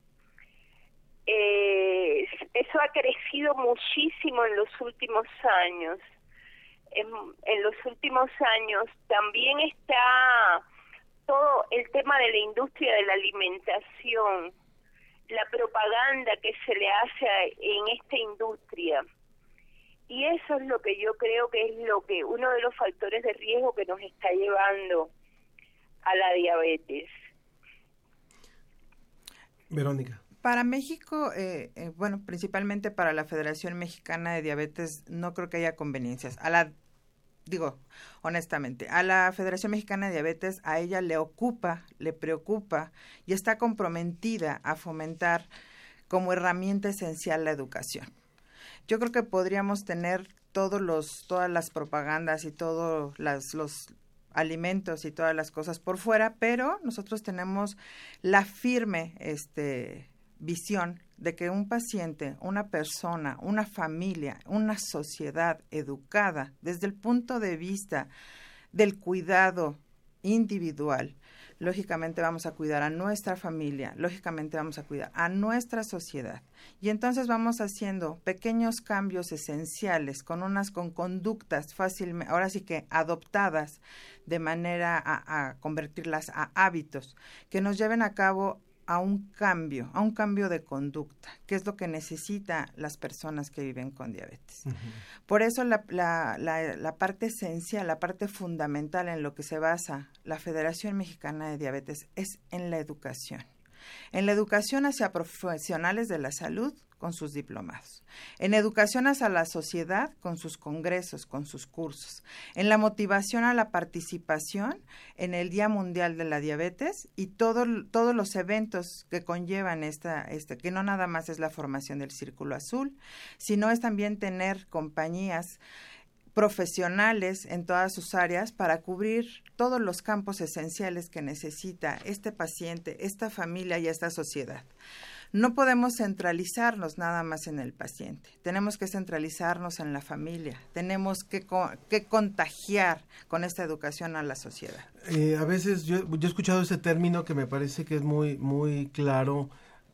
Eh, eso ha crecido muchísimo en los últimos años. En, en los últimos años también está todo el tema de la industria de la alimentación, la propaganda que se le hace a, en esta industria. Y eso es lo que yo creo que es lo que uno de los factores de riesgo que nos está llevando a la diabetes. Verónica. Para México, eh, eh, bueno, principalmente para la Federación Mexicana de Diabetes, no creo que haya conveniencias. A la, digo, honestamente, a la Federación Mexicana de Diabetes, a ella le ocupa, le preocupa y está comprometida a fomentar como herramienta esencial la educación. Yo creo que podríamos tener todos los, todas las propagandas y todos las, los alimentos y todas las cosas por fuera, pero nosotros tenemos la firme, este, visión de que un paciente, una persona, una familia, una sociedad educada desde el punto de vista del cuidado individual, lógicamente vamos a cuidar a nuestra familia, lógicamente vamos a cuidar a nuestra sociedad. Y entonces vamos haciendo pequeños cambios esenciales con unas con conductas fácilmente, ahora sí que adoptadas de manera a, a convertirlas a hábitos que nos lleven a cabo a un cambio, a un cambio de conducta, que es lo que necesitan las personas que viven con diabetes. Uh-huh. Por eso la, la, la, la parte esencial, la parte fundamental en lo que se basa la Federación Mexicana de Diabetes es en la educación. En la educación hacia profesionales de la salud con sus diplomados, en educación hacia la sociedad con sus congresos, con sus cursos, en la motivación a la participación en el Día Mundial de la Diabetes y todo, todos los eventos que conllevan esta, este, que no nada más es la formación del Círculo Azul, sino es también tener compañías profesionales en todas sus áreas para cubrir todos los campos esenciales que necesita este paciente, esta familia y esta sociedad. No podemos centralizarnos nada más en el paciente, tenemos que centralizarnos en la familia, tenemos que, co- que contagiar con esta educación a la sociedad. Eh, a veces yo, yo he escuchado ese término que me parece que es muy, muy claro,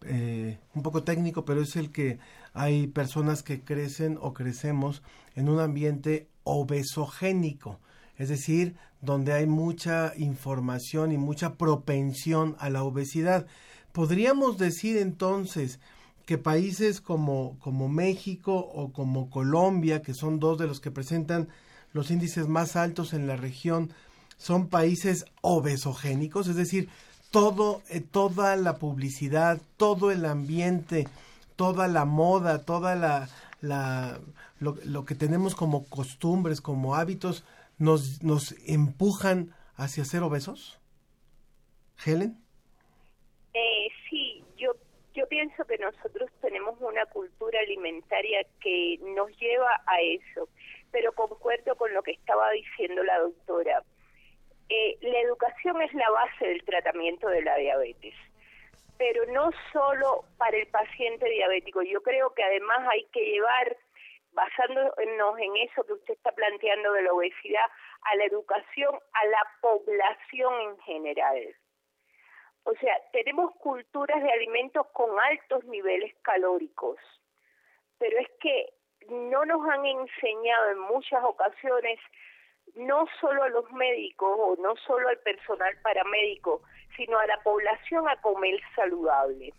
eh, un poco técnico, pero es el que hay personas que crecen o crecemos en un ambiente obesogénico, es decir, donde hay mucha información y mucha propensión a la obesidad. ¿Podríamos decir entonces que países como, como México o como Colombia, que son dos de los que presentan los índices más altos en la región, son países obesogénicos? Es decir, todo, eh, toda la publicidad, todo el ambiente, toda la moda, toda la, la lo, lo que tenemos como costumbres, como hábitos, nos, nos empujan hacia ser obesos. ¿Helen? Eh, sí, yo yo pienso que nosotros tenemos una cultura alimentaria que nos lleva a eso, pero concuerdo con lo que estaba diciendo la doctora. Eh, la educación es la base del tratamiento de la diabetes, pero no solo para el paciente diabético. Yo creo que además hay que llevar, basándonos en eso que usted está planteando de la obesidad, a la educación a la población en general. O sea, tenemos culturas de alimentos con altos niveles calóricos, pero es que no nos han enseñado en muchas ocasiones, no solo a los médicos o no solo al personal paramédico, sino a la población a comer saludable.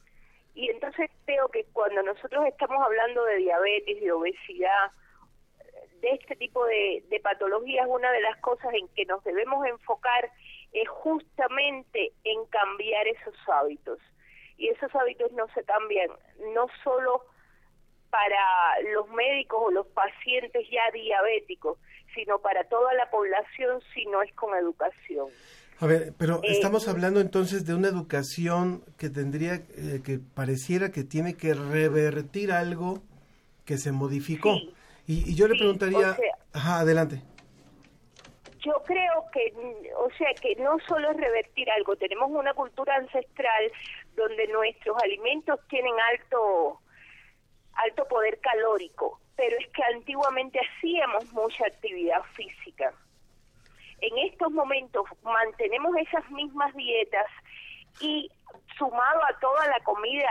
Y entonces creo que cuando nosotros estamos hablando de diabetes, de obesidad, de este tipo de, de patologías, una de las cosas en que nos debemos enfocar es justamente en cambiar esos hábitos. Y esos hábitos no se cambian no solo para los médicos o los pacientes ya diabéticos, sino para toda la población si no es con educación. A ver, pero Eh, estamos hablando entonces de una educación que tendría, eh, que pareciera que tiene que revertir algo que se modificó. Sí, y, y yo le sí, preguntaría... o sea, Ajá, adelante. Yo creo que, o sea, que no solo es revertir algo, tenemos una cultura ancestral donde nuestros alimentos tienen alto, alto poder calórico, pero es que antiguamente hacíamos mucha actividad física. En estos momentos mantenemos esas mismas dietas y sumado a toda la comida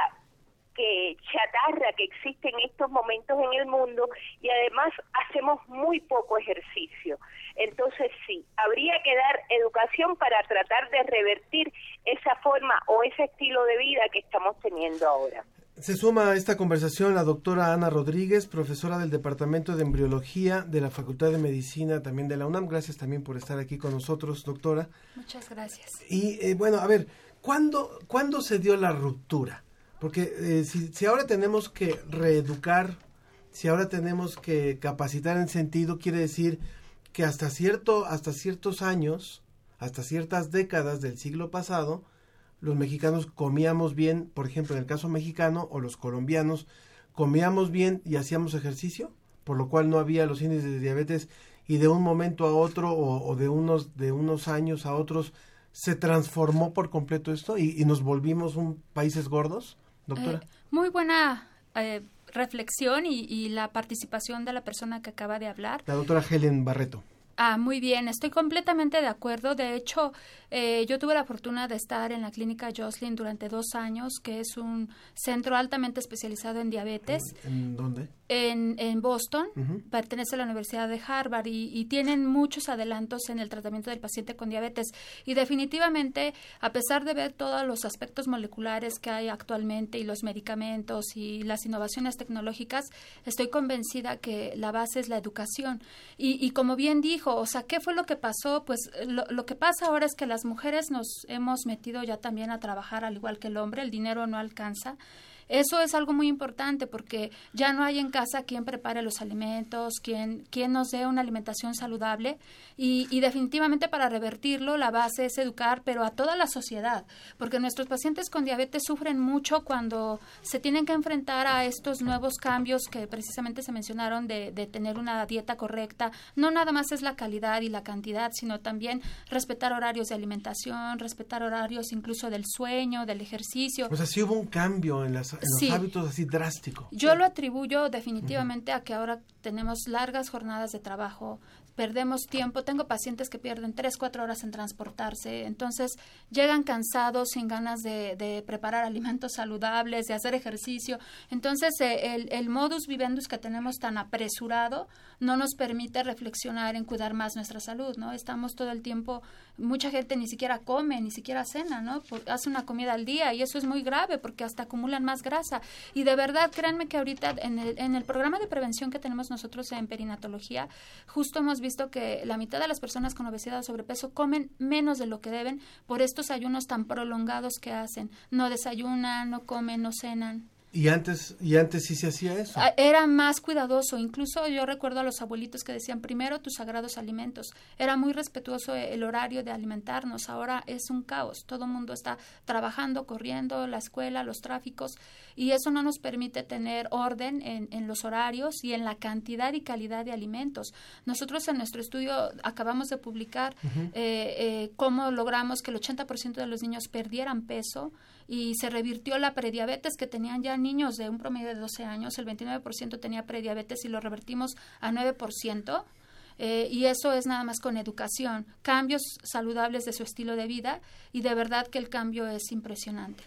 que chatarra que existe en estos momentos en el mundo, y además hacemos muy poco ejercicio. Entonces sí, habría que dar educación para tratar de revertir esa forma o ese estilo de vida que estamos teniendo ahora. Se suma a esta conversación la doctora Ana Rodríguez, profesora del Departamento de Embriología de la Facultad de Medicina también de la UNAM. Gracias también por estar aquí con nosotros, doctora. Muchas gracias. Y eh, bueno, a ver, ¿cuándo, ¿cuándo se dio la ruptura? Porque eh, si, si ahora tenemos que reeducar, si ahora tenemos que capacitar en sentido, quiere decir que hasta cierto, hasta ciertos años, hasta ciertas décadas del siglo pasado, los mexicanos comíamos bien, por ejemplo, en el caso mexicano, o los colombianos, comíamos bien y hacíamos ejercicio, por lo cual no había los índices de diabetes, y de un momento a otro, o, o de unos, de unos años a otros, se transformó por completo esto, y, y nos volvimos un países gordos, doctora. Eh, muy buena eh, reflexión y, y la participación de la persona que acaba de hablar. La doctora Helen Barreto. Ah, muy bien, estoy completamente de acuerdo. De hecho, eh, yo tuve la fortuna de estar en la clínica Joslin durante dos años, que es un centro altamente especializado en diabetes. ¿En dónde? En, en Boston, Uh-huh. pertenece a la Universidad de Harvard y, y tienen muchos adelantos en el tratamiento del paciente con diabetes. Y definitivamente, a pesar de ver todos los aspectos moleculares que hay actualmente y los medicamentos y las innovaciones tecnológicas, estoy convencida que la base es la educación. Y, y como bien dijo, o sea, ¿qué fue lo que pasó? Pues lo, lo que pasa ahora es que las mujeres nos hemos metido ya también a trabajar al igual que el hombre, el dinero no alcanza. Eso es algo muy importante porque ya no hay en casa quien prepare los alimentos, quien, quien nos dé una alimentación saludable y, y definitivamente para revertirlo la base es educar, pero a toda la sociedad, porque nuestros pacientes con diabetes sufren mucho cuando se tienen que enfrentar a estos nuevos cambios que precisamente se mencionaron de, de tener una dieta correcta. No nada más es la calidad y la cantidad, sino también respetar horarios de alimentación, respetar horarios incluso del sueño, del ejercicio. O sea, sí hubo un cambio en las en los Sí. hábitos así drástico. Yo lo atribuyo definitivamente uh-huh. a que ahora tenemos largas jornadas de trabajo, perdemos tiempo, tengo pacientes que pierden tres, cuatro horas en transportarse, entonces llegan cansados, sin ganas de, de preparar alimentos saludables, de hacer ejercicio, entonces eh, el, el modus vivendus que tenemos tan apresurado no nos permite reflexionar en cuidar más nuestra salud, ¿no? Estamos todo el tiempo, mucha gente ni siquiera come, ni siquiera cena, ¿no? Por, hace una comida al día y eso es muy grave porque hasta acumulan más grasa y de verdad, créanme que ahorita en el, en el programa de prevención que tenemos nosotros en perinatología, justo hemos visto que la mitad de las personas con obesidad o sobrepeso comen menos de lo que deben por estos ayunos tan prolongados que hacen. No desayunan, no comen, no cenan. Y antes, y antes sí se hacía eso. Era más cuidadoso. Incluso yo recuerdo a los abuelitos que decían primero tus sagrados alimentos. Era muy respetuoso el horario de alimentarnos. Ahora es un caos. Todo el mundo está trabajando, corriendo, la escuela, los tráficos. Y eso no nos permite tener orden en, en los horarios y en la cantidad y calidad de alimentos. Nosotros en nuestro estudio acabamos de publicar uh-huh. eh, eh, cómo logramos que el ochenta por ciento de los niños perdieran peso y se revirtió la prediabetes que tenían ya niños de un promedio de doce años, el veintinueve por ciento tenía prediabetes y lo revertimos a nueve por ciento. Eh, y eso es nada más con educación, cambios saludables de su estilo de vida y de verdad que el cambio es impresionante.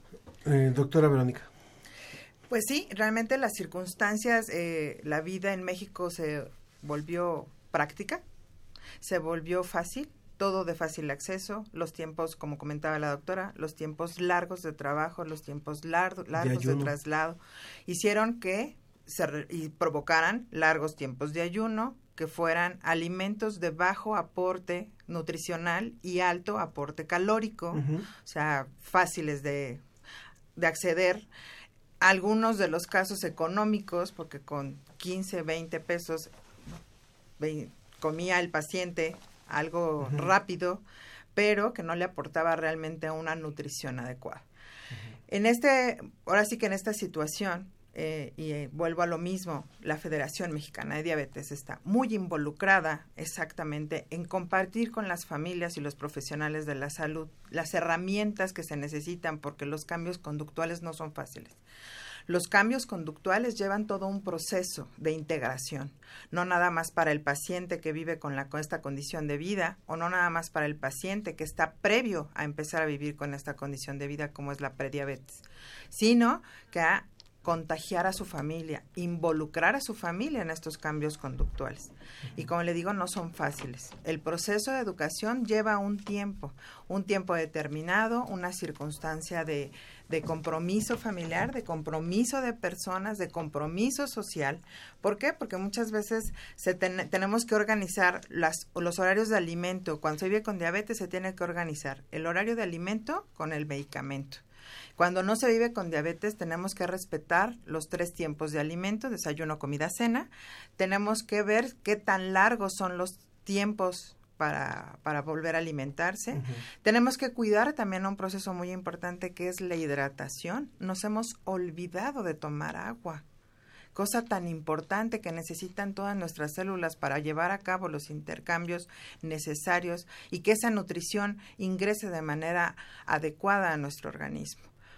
Eh, doctora Verónica. Pues sí, realmente las circunstancias, eh, la vida en México se volvió práctica, se volvió fácil. Todo de fácil acceso, los tiempos, como comentaba la doctora, los tiempos largos de trabajo, los tiempos lar- largos de, de traslado, hicieron que se re- y provocaran largos tiempos de ayuno, que fueran alimentos de bajo aporte nutricional y alto aporte calórico, uh-huh. o sea, fáciles de, de acceder. algunos de los casos económicos, porque con quince, veinte pesos ve, comía el paciente algo uh-huh. rápido, pero que no le aportaba realmente una nutrición adecuada. Uh-huh. En este, ahora sí que en esta situación, eh, y eh, vuelvo a lo mismo, la Federación Mexicana de Diabetes está muy involucrada exactamente en compartir con las familias y los profesionales de la salud las herramientas que se necesitan, porque los cambios conductuales no son fáciles. Los cambios conductuales llevan todo un proceso de integración, no nada más para el paciente que vive con, la, con esta condición de vida, o no nada más para el paciente que está previo a empezar a vivir con esta condición de vida como es la prediabetes, sino que a contagiar a su familia, involucrar a su familia en estos cambios conductuales. Y como le digo, no son fáciles. El proceso de educación lleva un tiempo, un tiempo determinado, una circunstancia de, de compromiso familiar, de compromiso de personas, de compromiso social. ¿Por qué? Porque muchas veces se ten, tenemos que organizar las, los horarios de alimento. Cuando se vive con diabetes se tiene que organizar el horario de alimento con el medicamento. Cuando no se vive con diabetes, tenemos que respetar los tres tiempos de alimento, desayuno, comida, cena. Tenemos que ver qué tan largos son los tiempos para, para volver a alimentarse. Uh-huh. Tenemos que cuidar también un proceso muy importante que es la hidratación. Nos hemos olvidado de tomar agua, cosa tan importante que necesitan todas nuestras células para llevar a cabo los intercambios necesarios y que esa nutrición ingrese de manera adecuada a nuestro organismo.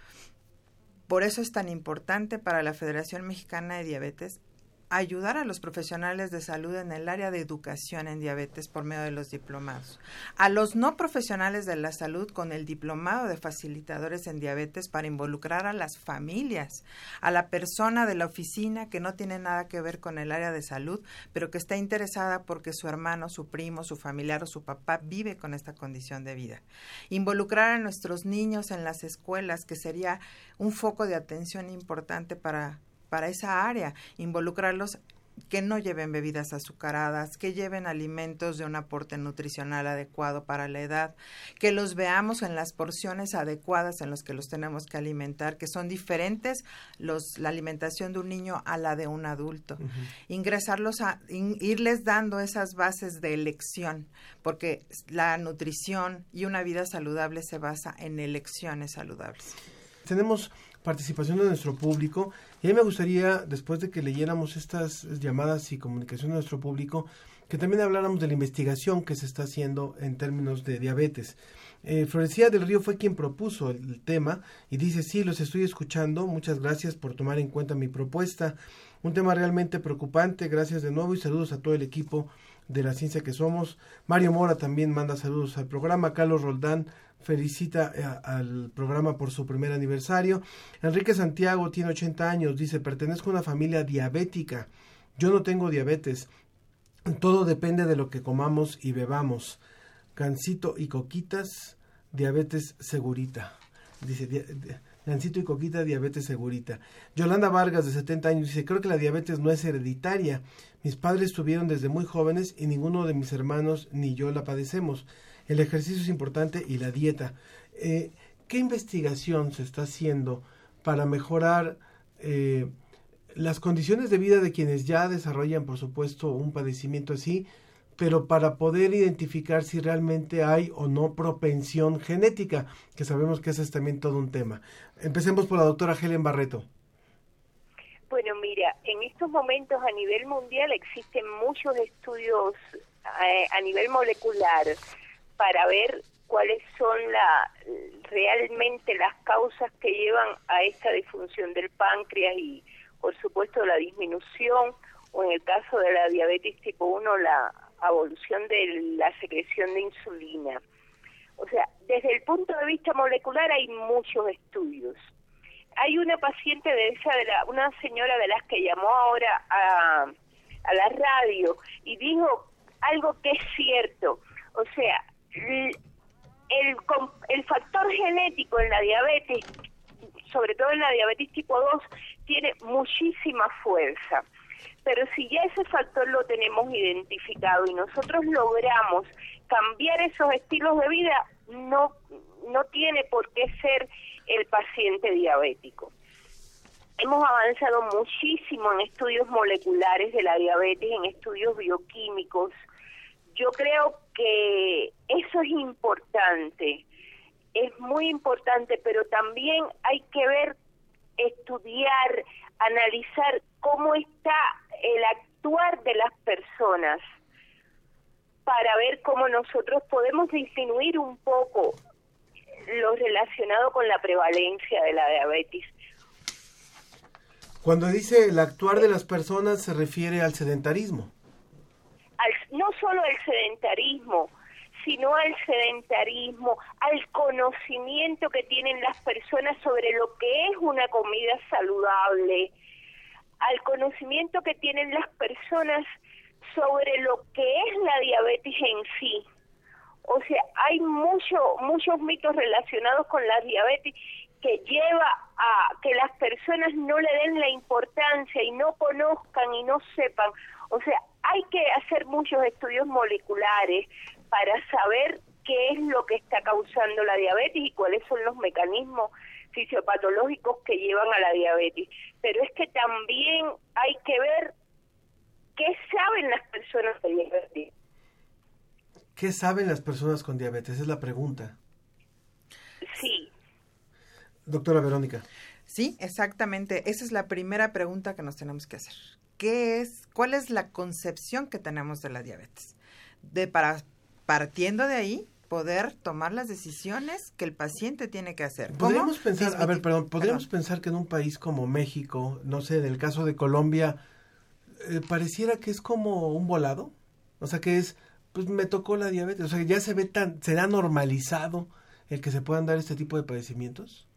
Por eso es tan importante para la Federación Mexicana de Diabetes ayudar a los profesionales de salud en el área de educación en diabetes por medio de los diplomados. A los no profesionales de la salud con el diplomado de facilitadores en diabetes para involucrar a las familias, a la persona de la oficina que no tiene nada que ver con el área de salud, pero que está interesada porque su hermano, su primo, su familiar o su papá vive con esta condición de vida. Involucrar a nuestros niños en las escuelas, que sería un foco de atención importante para para esa área, involucrarlos que no lleven bebidas azucaradas, que lleven alimentos de un aporte nutricional adecuado para la edad, que los veamos en las porciones adecuadas en las que los tenemos que alimentar, que son diferentes los, la alimentación de un niño a la de un adulto. Uh-huh. Ingresarlos a, in, irles dando esas bases de elección, porque la nutrición y una vida saludable se basa en elecciones saludables. Tenemos participación de nuestro público y a mí me gustaría, después de que leyéramos estas llamadas y comunicación de nuestro público, que también habláramos de la investigación que se está haciendo en términos de diabetes. Eh, Florencia del Río fue quien propuso el, el tema y dice: sí, los estoy escuchando, muchas gracias por tomar en cuenta mi propuesta, un tema realmente preocupante, gracias de nuevo y saludos a todo el equipo de La Ciencia que Somos. Mario Mora también manda saludos al programa. Carlos Roldán felicita a, al programa por su primer aniversario. Enrique Santiago tiene ochenta años, dice: pertenezco a una familia diabética, yo no tengo diabetes, todo depende de lo que comamos y bebamos. Gansito y coquitas, diabetes segurita. Dice, di, di, Gansito y coquita, diabetes segurita. Yolanda Vargas, de setenta años, dice: creo que la diabetes no es hereditaria. Mis padres tuvieron desde muy jóvenes y ninguno de mis hermanos ni yo la padecemos. El ejercicio es importante y la dieta. Eh, ¿Qué investigación se está haciendo para mejorar eh, las condiciones de vida de quienes ya desarrollan, por supuesto, un padecimiento así, pero para poder identificar si realmente hay o no propensión genética, que sabemos que ese es también todo un tema? Empecemos por la doctora Helen Barreto. Bueno, mira, en estos momentos a nivel mundial existen muchos estudios eh, a nivel molecular para ver cuáles son la, realmente las causas que llevan a esta disfunción del páncreas y, por supuesto, la disminución, o en el caso de la diabetes tipo uno, la evolución de la secreción de insulina. O sea, desde el punto de vista molecular hay muchos estudios. Hay una paciente de esa, de la, una señora de las que llamó ahora a, a la radio y dijo algo que es cierto. O sea, el, el factor genético en la diabetes, sobre todo en la diabetes tipo dos, tiene muchísima fuerza. Pero si ya ese factor lo tenemos identificado y nosotros logramos cambiar esos estilos de vida, no, no tiene por qué ser el paciente diabético. hemos avanzado muchísimo en estudios moleculares de la diabetes, en estudios bioquímicos. Yo creo que eso es importante, es muy importante, pero también hay que ver, estudiar, analizar cómo está el actuar de las personas para ver cómo nosotros podemos disminuir un poco lo relacionado con la prevalencia de la diabetes. Cuando dice el actuar de las personas se refiere al sedentarismo. Al, no solo al sedentarismo, sino al sedentarismo, al conocimiento que tienen las personas sobre lo que es una comida saludable, al conocimiento que tienen las personas sobre lo que es la diabetes en sí. O sea, hay mucho, muchos mitos relacionados con la diabetes que lleva a que las personas no le den la importancia y no conozcan y no sepan. O sea, hay que hacer muchos estudios moleculares para saber qué es lo que está causando la diabetes y cuáles son los mecanismos fisiopatológicos que llevan a la diabetes. Pero es que también hay que ver qué saben las personas de diabetes. ¿Qué saben las personas con diabetes? Es la pregunta. Sí. Doctora Verónica. Sí, exactamente. Esa es la primera pregunta que nos tenemos que hacer. ¿Qué es, cuál es la concepción que tenemos de la diabetes? De para partiendo de ahí poder tomar las decisiones que el paciente tiene que hacer. Podríamos pensar, a ver, perdón, podríamos perdón. pensar que en un país como México, no sé, en el caso de Colombia, eh, pareciera que es como un volado, o sea, que es, pues me tocó la diabetes, o sea, ya se ve tan, será normalizado el que se puedan dar este tipo de padecimientos.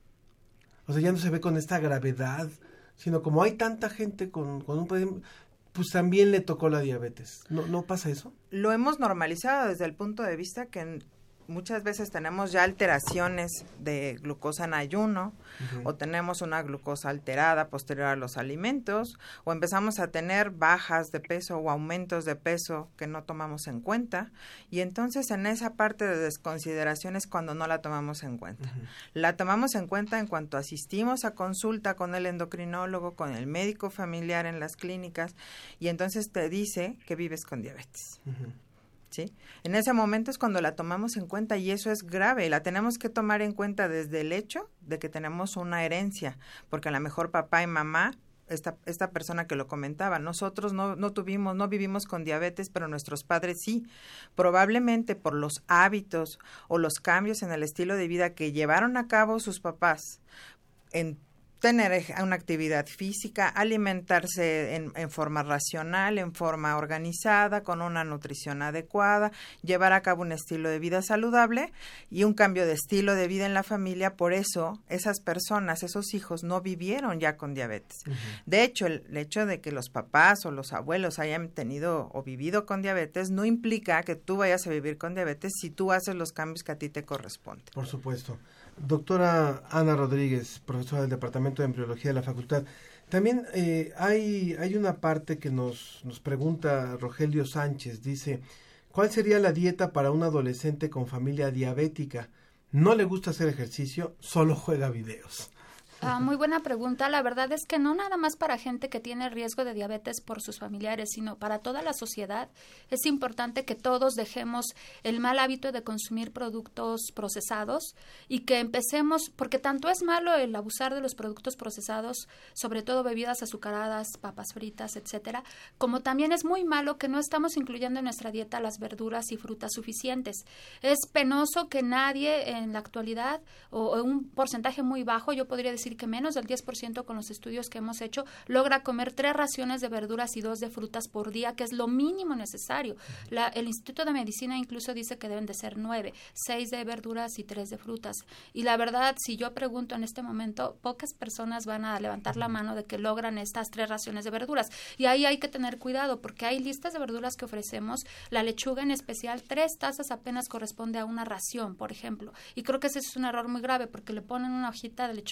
O sea, ya no se ve con esta gravedad, sino como hay tanta gente con, con un padecimiento, pues también le tocó la diabetes. ¿No, no pasa eso? Lo hemos normalizado desde el punto de vista que muchas veces tenemos ya alteraciones de glucosa en ayuno, uh-huh. o tenemos una glucosa alterada posterior a los alimentos, o empezamos a tener bajas de peso o aumentos de peso que no tomamos en cuenta, y entonces en esa parte de desconsideración es cuando no la tomamos en cuenta. Uh-huh. La tomamos en cuenta en cuanto asistimos a consulta con el endocrinólogo, con el médico familiar en las clínicas, y entonces te dice que vives con diabetes. Uh-huh. ¿Sí? En ese momento es cuando la tomamos en cuenta y eso es grave, la tenemos que tomar en cuenta desde el hecho de que tenemos una herencia, porque a lo mejor papá y mamá, esta, esta persona que lo comentaba, nosotros no, no tuvimos, no vivimos con diabetes, pero nuestros padres sí, probablemente por los hábitos o los cambios en el estilo de vida que llevaron a cabo sus papás en tener una actividad física, alimentarse en, en forma racional, en forma organizada, con una nutrición adecuada, llevar a cabo un estilo de vida saludable y un cambio de estilo de vida en la familia. Por eso, esas personas, esos hijos, no vivieron ya con diabetes. Uh-huh. De hecho, el, el hecho de que los papás o los abuelos hayan tenido o vivido con diabetes no implica que tú vayas a vivir con diabetes si tú haces los cambios que a ti te corresponden. Por supuesto. Doctora Ana Rodríguez, profesora del Departamento de Embriología de la Facultad. También eh, hay, hay una parte que nos, nos pregunta Rogelio Sánchez. Dice, ¿cuál sería la dieta para un adolescente con familia diabética? No le gusta hacer ejercicio, solo juega videos. Ah, muy buena pregunta. La verdad es que no nada más para gente que tiene riesgo de diabetes por sus familiares, sino para toda la sociedad. Es importante que todos dejemos el mal hábito de consumir productos procesados y que empecemos, porque tanto es malo el abusar de los productos procesados, sobre todo bebidas azucaradas, papas fritas, etcétera, como también es muy malo que no estamos incluyendo en nuestra dieta las verduras y frutas suficientes. Es penoso que nadie en la actualidad, o, o un porcentaje muy bajo, yo podría decir que menos del diez por ciento con los estudios que hemos hecho, logra comer tres raciones de verduras y dos de frutas por día, que es lo mínimo necesario. La, el Instituto de Medicina incluso dice que deben de ser nueve, seis de verduras y tres de frutas. Y la verdad, si yo pregunto en este momento, pocas personas van a levantar la mano de que logran estas tres raciones de verduras. Y ahí hay que tener cuidado, porque hay listas de verduras que ofrecemos, la lechuga en especial, tres tazas apenas corresponde a una ración, por ejemplo. Y creo que ese es un error muy grave, porque le ponen una hojita de lechuga al sándwich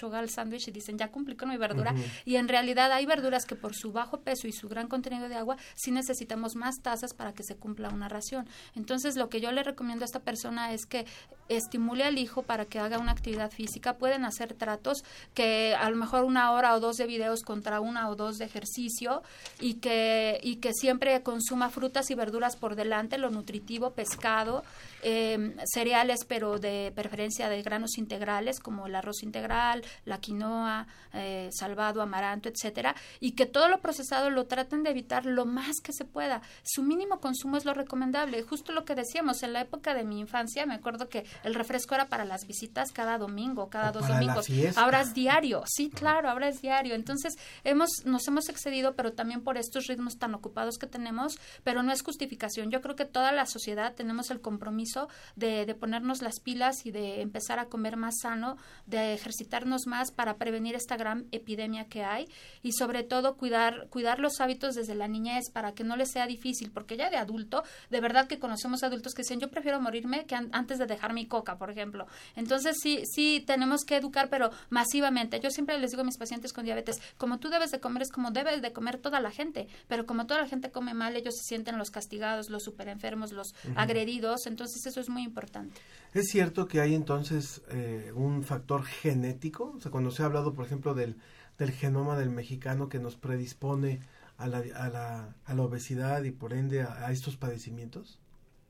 sándwich y dicen, ya cumplí con mi verdura, Ujú. y en realidad hay verduras que por su bajo peso y su gran contenido de agua, sí necesitamos más tazas para que se cumpla una ración. Entonces, lo que yo le recomiendo a esta persona es que estimule al hijo para que haga una actividad física. Pueden hacer tratos que a lo mejor una hora o dos de videos contra una o dos de ejercicio, y que, y que siempre consuma frutas y verduras por delante, lo nutritivo, pescado, eh, cereales, pero de preferencia de granos integrales como el arroz integral, la quinoa, eh, salvado, amaranto, etcétera, y que todo lo procesado lo traten de evitar lo más que se pueda. Su mínimo consumo es lo recomendable. Justo lo que decíamos, en la época de mi infancia, me acuerdo que el refresco era para las visitas cada domingo, cada O dos para la domingos. fiesta. Ahora es diario, sí, claro, ahora es diario. Entonces, hemos, nos hemos excedido, pero también por estos ritmos tan ocupados que tenemos, pero no es justificación. Yo creo que toda la sociedad tenemos el compromiso de, de ponernos las pilas y de empezar a comer más sano, de ejercitarnos más para prevenir esta gran epidemia que hay, y sobre todo cuidar, cuidar los hábitos desde la niñez para que no les sea difícil, porque ya de adulto, de verdad que conocemos adultos que dicen, yo prefiero morirme que an- antes de dejar mi coca, por ejemplo. Entonces, sí, sí tenemos que educar, pero masivamente. Yo siempre les digo a mis pacientes con diabetes, como tú debes de comer es como debe de comer toda la gente, pero como toda la gente come mal, ellos se sienten los castigados, los superenfermos, los Ujú. agredidos. Entonces, eso es muy importante. ¿Es cierto que hay entonces eh, un factor genético? O sea, cuando se ha hablado, por ejemplo, del, del genoma del mexicano que nos predispone a la, a la, a la obesidad y por ende a, a estos padecimientos.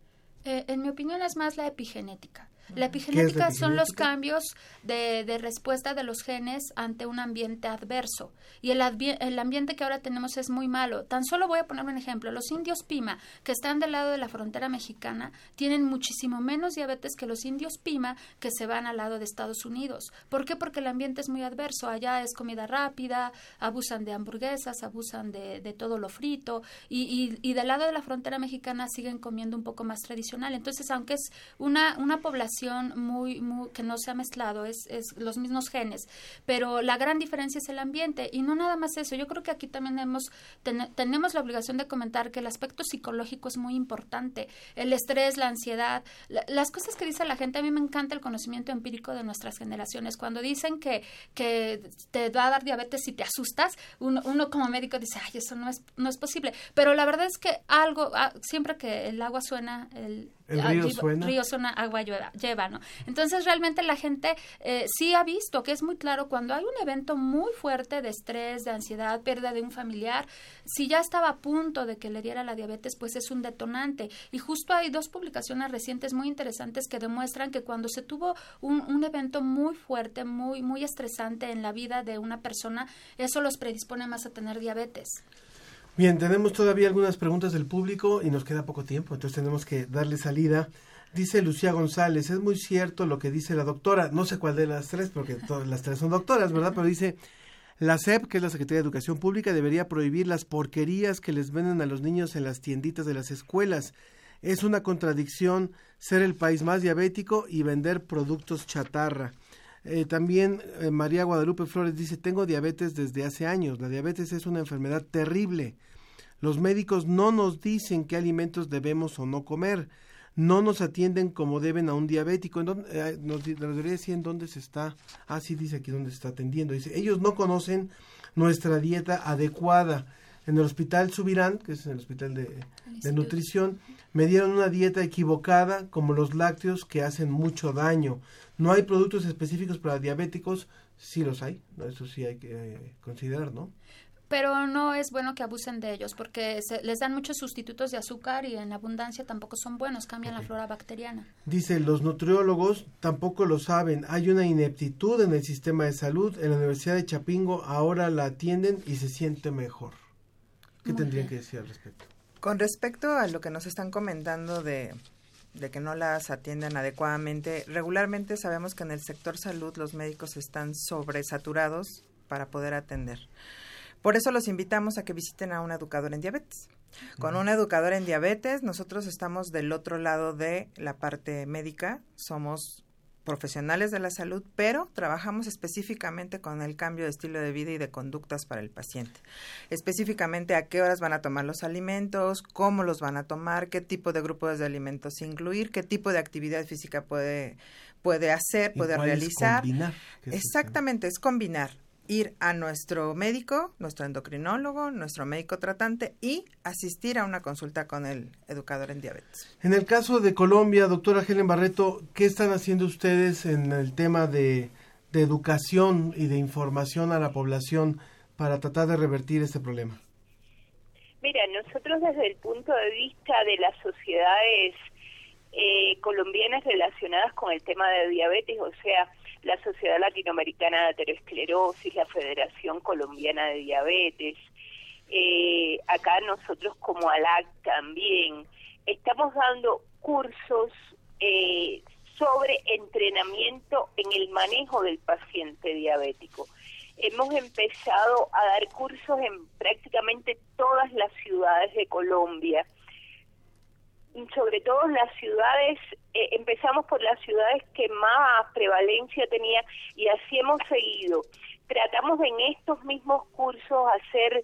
Eh, en mi opinión es más la epigenética. La ¿Qué es epigenética la son los epigenética? cambios de, de respuesta de los genes ante un ambiente adverso. Y el, advi- el ambiente que ahora tenemos es muy malo. Tan solo voy a poner un ejemplo. Los indios Pima, que están del lado de la frontera mexicana, tienen muchísimo menos diabetes que los indios Pima que se van al lado de Estados Unidos. ¿Por qué? Porque el ambiente es muy adverso. Allá es comida rápida, abusan de hamburguesas, abusan de, de todo lo frito. Y, y, y del lado de la frontera mexicana siguen comiendo un poco más tradicional. Entonces, aunque es una, una población muy, muy que no se ha mezclado, es, es los mismos genes, pero la gran diferencia es el ambiente, y no nada más eso. Yo creo que aquí también hemos, ten, tenemos la obligación de comentar que el aspecto psicológico es muy importante, el estrés, la ansiedad, la, las cosas que dice la gente. A mí me encanta el conocimiento empírico de nuestras generaciones. Cuando dicen que, que te va a dar diabetes si te asustas, uno, uno como médico dice, ay, eso no es, no es posible, pero la verdad es que algo, siempre que el agua suena, el El río río suena. río suena, agua lleva, lleva, ¿no? Entonces, realmente la gente eh, sí ha visto que es muy claro cuando hay un evento muy fuerte de estrés, de ansiedad, pérdida de un familiar, si ya estaba a punto de que le diera la diabetes, pues es un detonante. Y justo hay dos publicaciones recientes muy interesantes que demuestran que cuando se tuvo un, un evento muy fuerte, muy, muy estresante en la vida de una persona, eso los predispone más a tener diabetes. Bien, tenemos todavía algunas preguntas del público y nos queda poco tiempo, entonces tenemos que darle salida. Dice Lucía González, es muy cierto lo que dice la doctora, no sé cuál de las tres, porque todas las tres son doctoras, ¿verdad? Pero dice, la S E P, que es la Secretaría de Educación Pública, debería prohibir las porquerías que les venden a los niños en las tienditas de las escuelas. Es una contradicción ser el país más diabético y vender productos chatarra. Eh, también eh, María Guadalupe Flores dice, tengo diabetes desde hace años. La diabetes es una enfermedad terrible. Los médicos no nos dicen qué alimentos debemos o no comer. No nos atienden como deben a un diabético. ¿En dónde, eh, nos, nos debería decir en dónde se está. Ah, sí, dice aquí dónde se está atendiendo. Dice, ellos no conocen nuestra dieta adecuada. En el hospital Subirán, que es el hospital de, de nutrición, me dieron una dieta equivocada, como los lácteos, que hacen mucho daño. No hay productos específicos para diabéticos. Sí los hay, ¿no? Eso sí hay que eh, considerar, ¿no? Pero no es bueno que abusen de ellos, porque se, les dan muchos sustitutos de azúcar y en abundancia tampoco son buenos, cambian okay. la flora bacteriana. Dice, los nutriólogos tampoco lo saben, hay una ineptitud en el sistema de salud, en la Universidad de Chapingo ahora la atienden y se siente mejor. ¿Qué Muy tendrían bien. que decir al respecto? Con respecto a lo que nos están comentando de, de que no las atienden adecuadamente, regularmente sabemos que en el sector salud los médicos están sobresaturados para poder atender. Por eso los invitamos a que visiten a un educador en diabetes. Con un educador en diabetes, nosotros estamos del otro lado de la parte médica, somos profesionales de la salud, pero trabajamos específicamente con el cambio de estilo de vida y de conductas para el paciente. Específicamente a qué horas van a tomar los alimentos, cómo los van a tomar, qué tipo de grupos de alimentos incluir, qué tipo de actividad física puede, puede hacer, puede realizar. Es combinar. Exactamente, es combinar. Ir a nuestro médico, nuestro endocrinólogo, nuestro médico tratante y asistir a una consulta con el educador en diabetes. En el caso de Colombia, doctora Helen Barreto, ¿qué están haciendo ustedes en el tema de, de educación y de información a la población para tratar de revertir este problema? Mira, nosotros desde el punto de vista de las sociedades eh, colombianas relacionadas con el tema de diabetes, o sea, la Sociedad Latinoamericana de Aterosclerosis, la Federación Colombiana de Diabetes, eh, acá nosotros como A L A C también, estamos dando cursos eh, sobre entrenamiento en el manejo del paciente diabético. Hemos empezado a dar cursos en prácticamente todas las ciudades de Colombia, sobre todo en las ciudades, eh, empezamos por las ciudades que más prevalencia tenía y así hemos seguido. Tratamos en estos mismos cursos hacer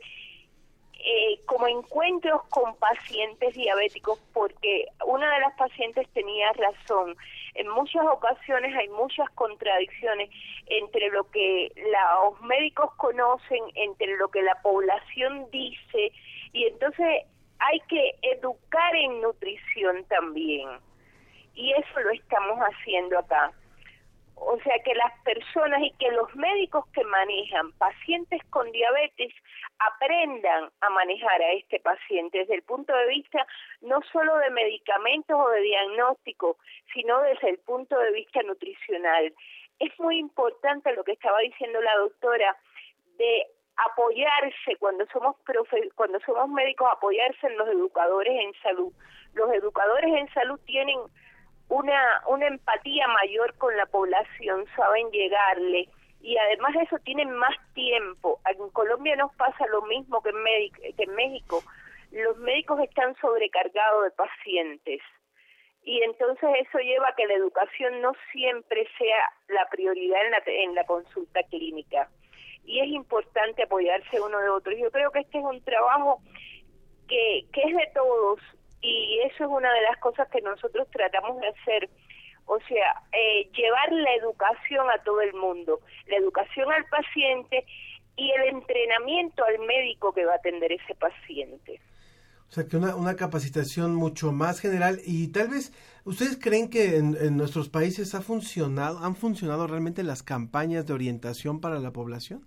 eh, como encuentros con pacientes diabéticos, porque una de las pacientes tenía razón. En muchas ocasiones hay muchas contradicciones entre lo que los médicos conocen, entre lo que la población dice, y entonces hay que educar en nutrición también, y eso lo estamos haciendo acá. O sea, que las personas y que los médicos que manejan pacientes con diabetes aprendan a manejar a este paciente desde el punto de vista no solo de medicamentos o de diagnóstico, sino desde el punto de vista nutricional. Es muy importante lo que estaba diciendo la doctora de apoyarse cuando somos profe, cuando somos médicos, apoyarse en los educadores en salud. Los educadores en salud tienen una una empatía mayor con la población, saben llegarle, y además de eso tienen más tiempo. En Colombia nos pasa lo mismo que en, México, que en México. Los médicos están sobrecargados de pacientes, y entonces eso lleva a que la educación no siempre sea la prioridad en la, en la consulta clínica. Y es importante apoyarse uno de otro. Yo creo que este es un trabajo que, que es de todos, y eso es una de las cosas que nosotros tratamos de hacer, o sea, eh, llevar la educación a todo el mundo, la educación al paciente y el entrenamiento al médico que va a atender ese paciente. O sea, que una, una capacitación mucho más general. Y tal vez, ¿ustedes creen que en, en nuestros países ha funcionado, han funcionado realmente las campañas de orientación para la población?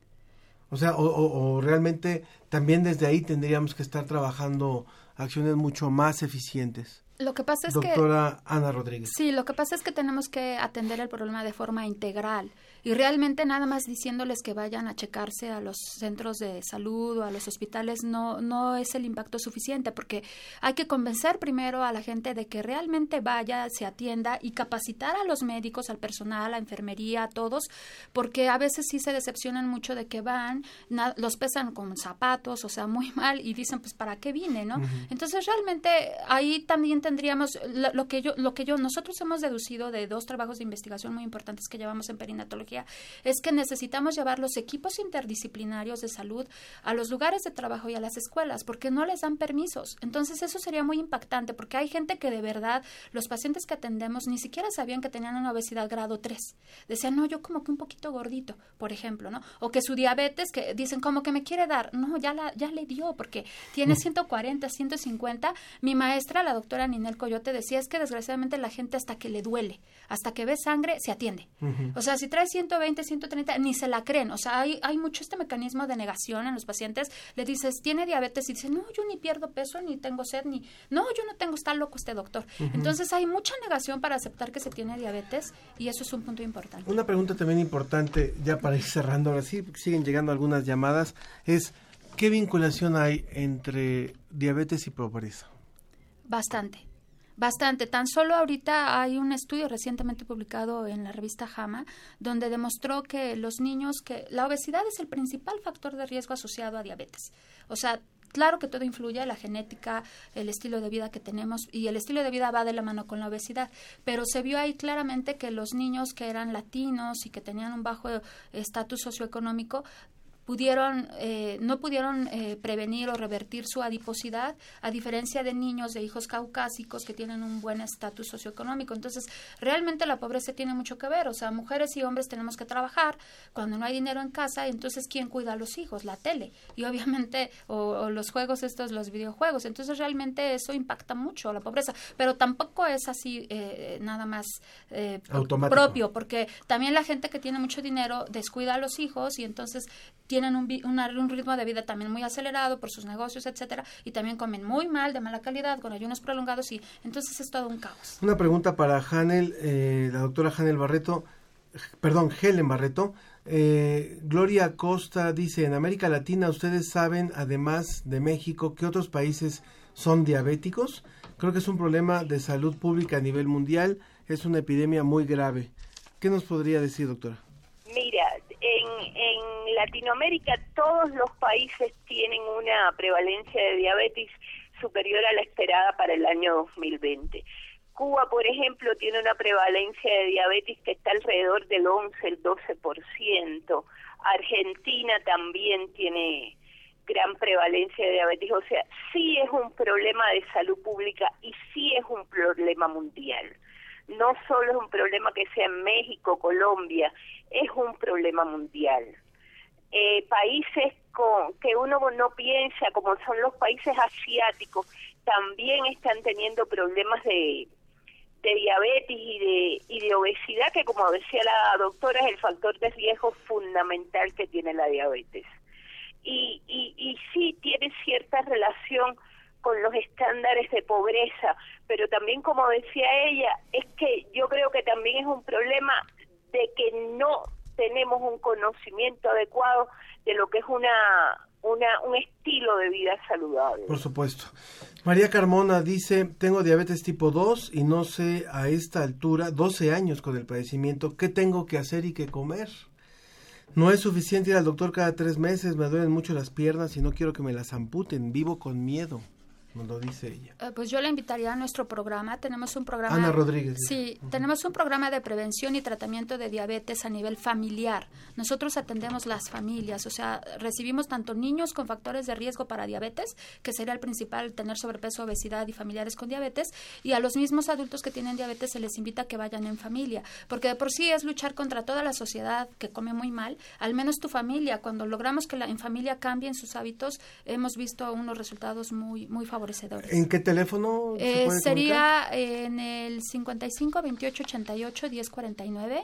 O sea, o, o, o realmente también desde ahí tendríamos que estar trabajando acciones mucho más eficientes. Lo que pasa es Doctora que... Doctora Ana Rodríguez. Sí, lo que pasa es que tenemos que atender el problema de forma integral, y realmente nada más diciéndoles que vayan a checarse a los centros de salud o a los hospitales no no es el impacto suficiente, porque hay que convencer primero a la gente de que realmente vaya, se atienda, y capacitar a los médicos, al personal, a la enfermería, a todos, porque a veces sí se decepcionan mucho de que van, na, los pesan con zapatos, o sea, muy mal, y dicen, pues, ¿para qué vine, no? Uh-huh. Entonces, realmente, ahí también tendríamos, lo, lo que yo, lo que yo, nosotros hemos deducido de dos trabajos de investigación muy importantes que llevamos en perinatología, es que necesitamos llevar los equipos interdisciplinarios de salud a los lugares de trabajo y a las escuelas, porque no les dan permisos. Entonces, eso sería muy impactante, porque hay gente que de verdad, los pacientes que atendemos ni siquiera sabían que tenían una obesidad grado tres. Decían, no, yo como que un poquito gordito, por ejemplo, ¿no? O que su diabetes, que dicen, como que me quiere dar. No, ya la ya le dio, porque tiene ciento cuarenta, ciento cincuenta. Mi maestra, la doctora Ninel Coyote, decía, es que desgraciadamente la gente hasta que le duele, hasta que ve sangre, se atiende. Uh-huh. O sea, si trae ciento veinte, ciento treinta, ni se la creen. O sea, hay, hay mucho este mecanismo de negación en los pacientes. Le dices, ¿tiene diabetes? Y dice, no, yo ni pierdo peso, ni tengo sed, ni... No, yo no tengo, está loco este doctor. Uh-huh. Entonces, hay mucha negación para aceptar que se tiene diabetes, y eso es un punto importante. Una pregunta también importante, ya para ir cerrando ahora sí, porque siguen llegando algunas llamadas, es, ¿qué vinculación hay entre diabetes y pobreza? Bastante. Bastante. Tan solo ahorita hay un estudio recientemente publicado en la revista JAMA, donde demostró que los niños, que la obesidad es el principal factor de riesgo asociado a diabetes. O sea, Claro que todo influye, la genética, el estilo de vida que tenemos, y el estilo de vida va de la mano con la obesidad, pero se vio ahí claramente que los niños que eran latinos y que tenían un bajo estatus socioeconómico pudieron eh, no pudieron eh, prevenir o revertir su adiposidad, a diferencia de niños de hijos caucásicos que tienen un buen estatus socioeconómico. Entonces, realmente la pobreza tiene mucho que ver, o sea, mujeres y hombres tenemos que trabajar cuando no hay dinero en casa, y entonces ¿quién cuida a los hijos? La tele, y obviamente, o, o los juegos estos, los videojuegos. Entonces, realmente eso impacta mucho a la pobreza, pero tampoco es así eh, nada más eh, propio, porque también la gente que tiene mucho dinero descuida a los hijos, y entonces tiene tienen un, una, un ritmo de vida también muy acelerado por sus negocios, etcétera, y también comen muy mal, de mala calidad, con ayunos prolongados, y entonces es todo un caos. Una pregunta para Hanel, eh, la doctora Hanel Barreto, perdón, Helen Barreto. Eh, Gloria Costa dice, en América Latina, ¿ustedes saben, además de México, qué otros países son diabéticos? Creo que es un problema de salud pública a nivel mundial, es una epidemia muy grave. ¿Qué nos podría decir, doctora? Mira, en, en Latinoamérica todos los países tienen una prevalencia de diabetes superior a la esperada para el año dos mil veinte. Cuba, por ejemplo, tiene una prevalencia de diabetes que está alrededor del once, el doce por ciento. Argentina también tiene gran prevalencia de diabetes. O sea, sí es un problema de salud pública y sí es un problema mundial. No solo es un problema que sea en México, Colombia, es un problema mundial. Eh, países con, que uno no piensa, como son los países asiáticos, también están teniendo problemas de, de diabetes y de, y de obesidad, que como decía la doctora, es el factor de riesgo fundamental que tiene la diabetes. Y, y, y sí tiene cierta relación con los estándares de pobreza, pero también, como decía ella, es que yo creo que también es un problema de que no tenemos un conocimiento adecuado de lo que es una, una un estilo de vida saludable. Por supuesto. María Carmona dice, tengo diabetes tipo dos y no sé a esta altura, doce años con el padecimiento, ¿qué tengo que hacer y qué comer? No es suficiente ir al doctor cada tres meses, me duelen mucho las piernas y no quiero que me las amputen, vivo con miedo. Nos lo dice ella. Eh, pues yo la invitaría a nuestro programa. Tenemos un programa. Ana Rodríguez. Sí, uh-huh. Tenemos un programa de prevención y tratamiento de diabetes a nivel familiar. Nosotros atendemos las familias, o sea, recibimos tanto niños con factores de riesgo para diabetes, que sería el principal, tener sobrepeso, obesidad y familiares con diabetes, y a los mismos adultos que tienen diabetes se les invita a que vayan en familia, porque de por sí es luchar contra toda la sociedad que come muy mal, al menos tu familia. Cuando logramos que la, en familia cambien sus hábitos, hemos visto unos resultados muy, muy favorables. ¿En qué teléfono se eh, puede sería comunicar? En el cincuenta y cinco, veintiocho, ochenta y ocho, diez cuarenta y nueve.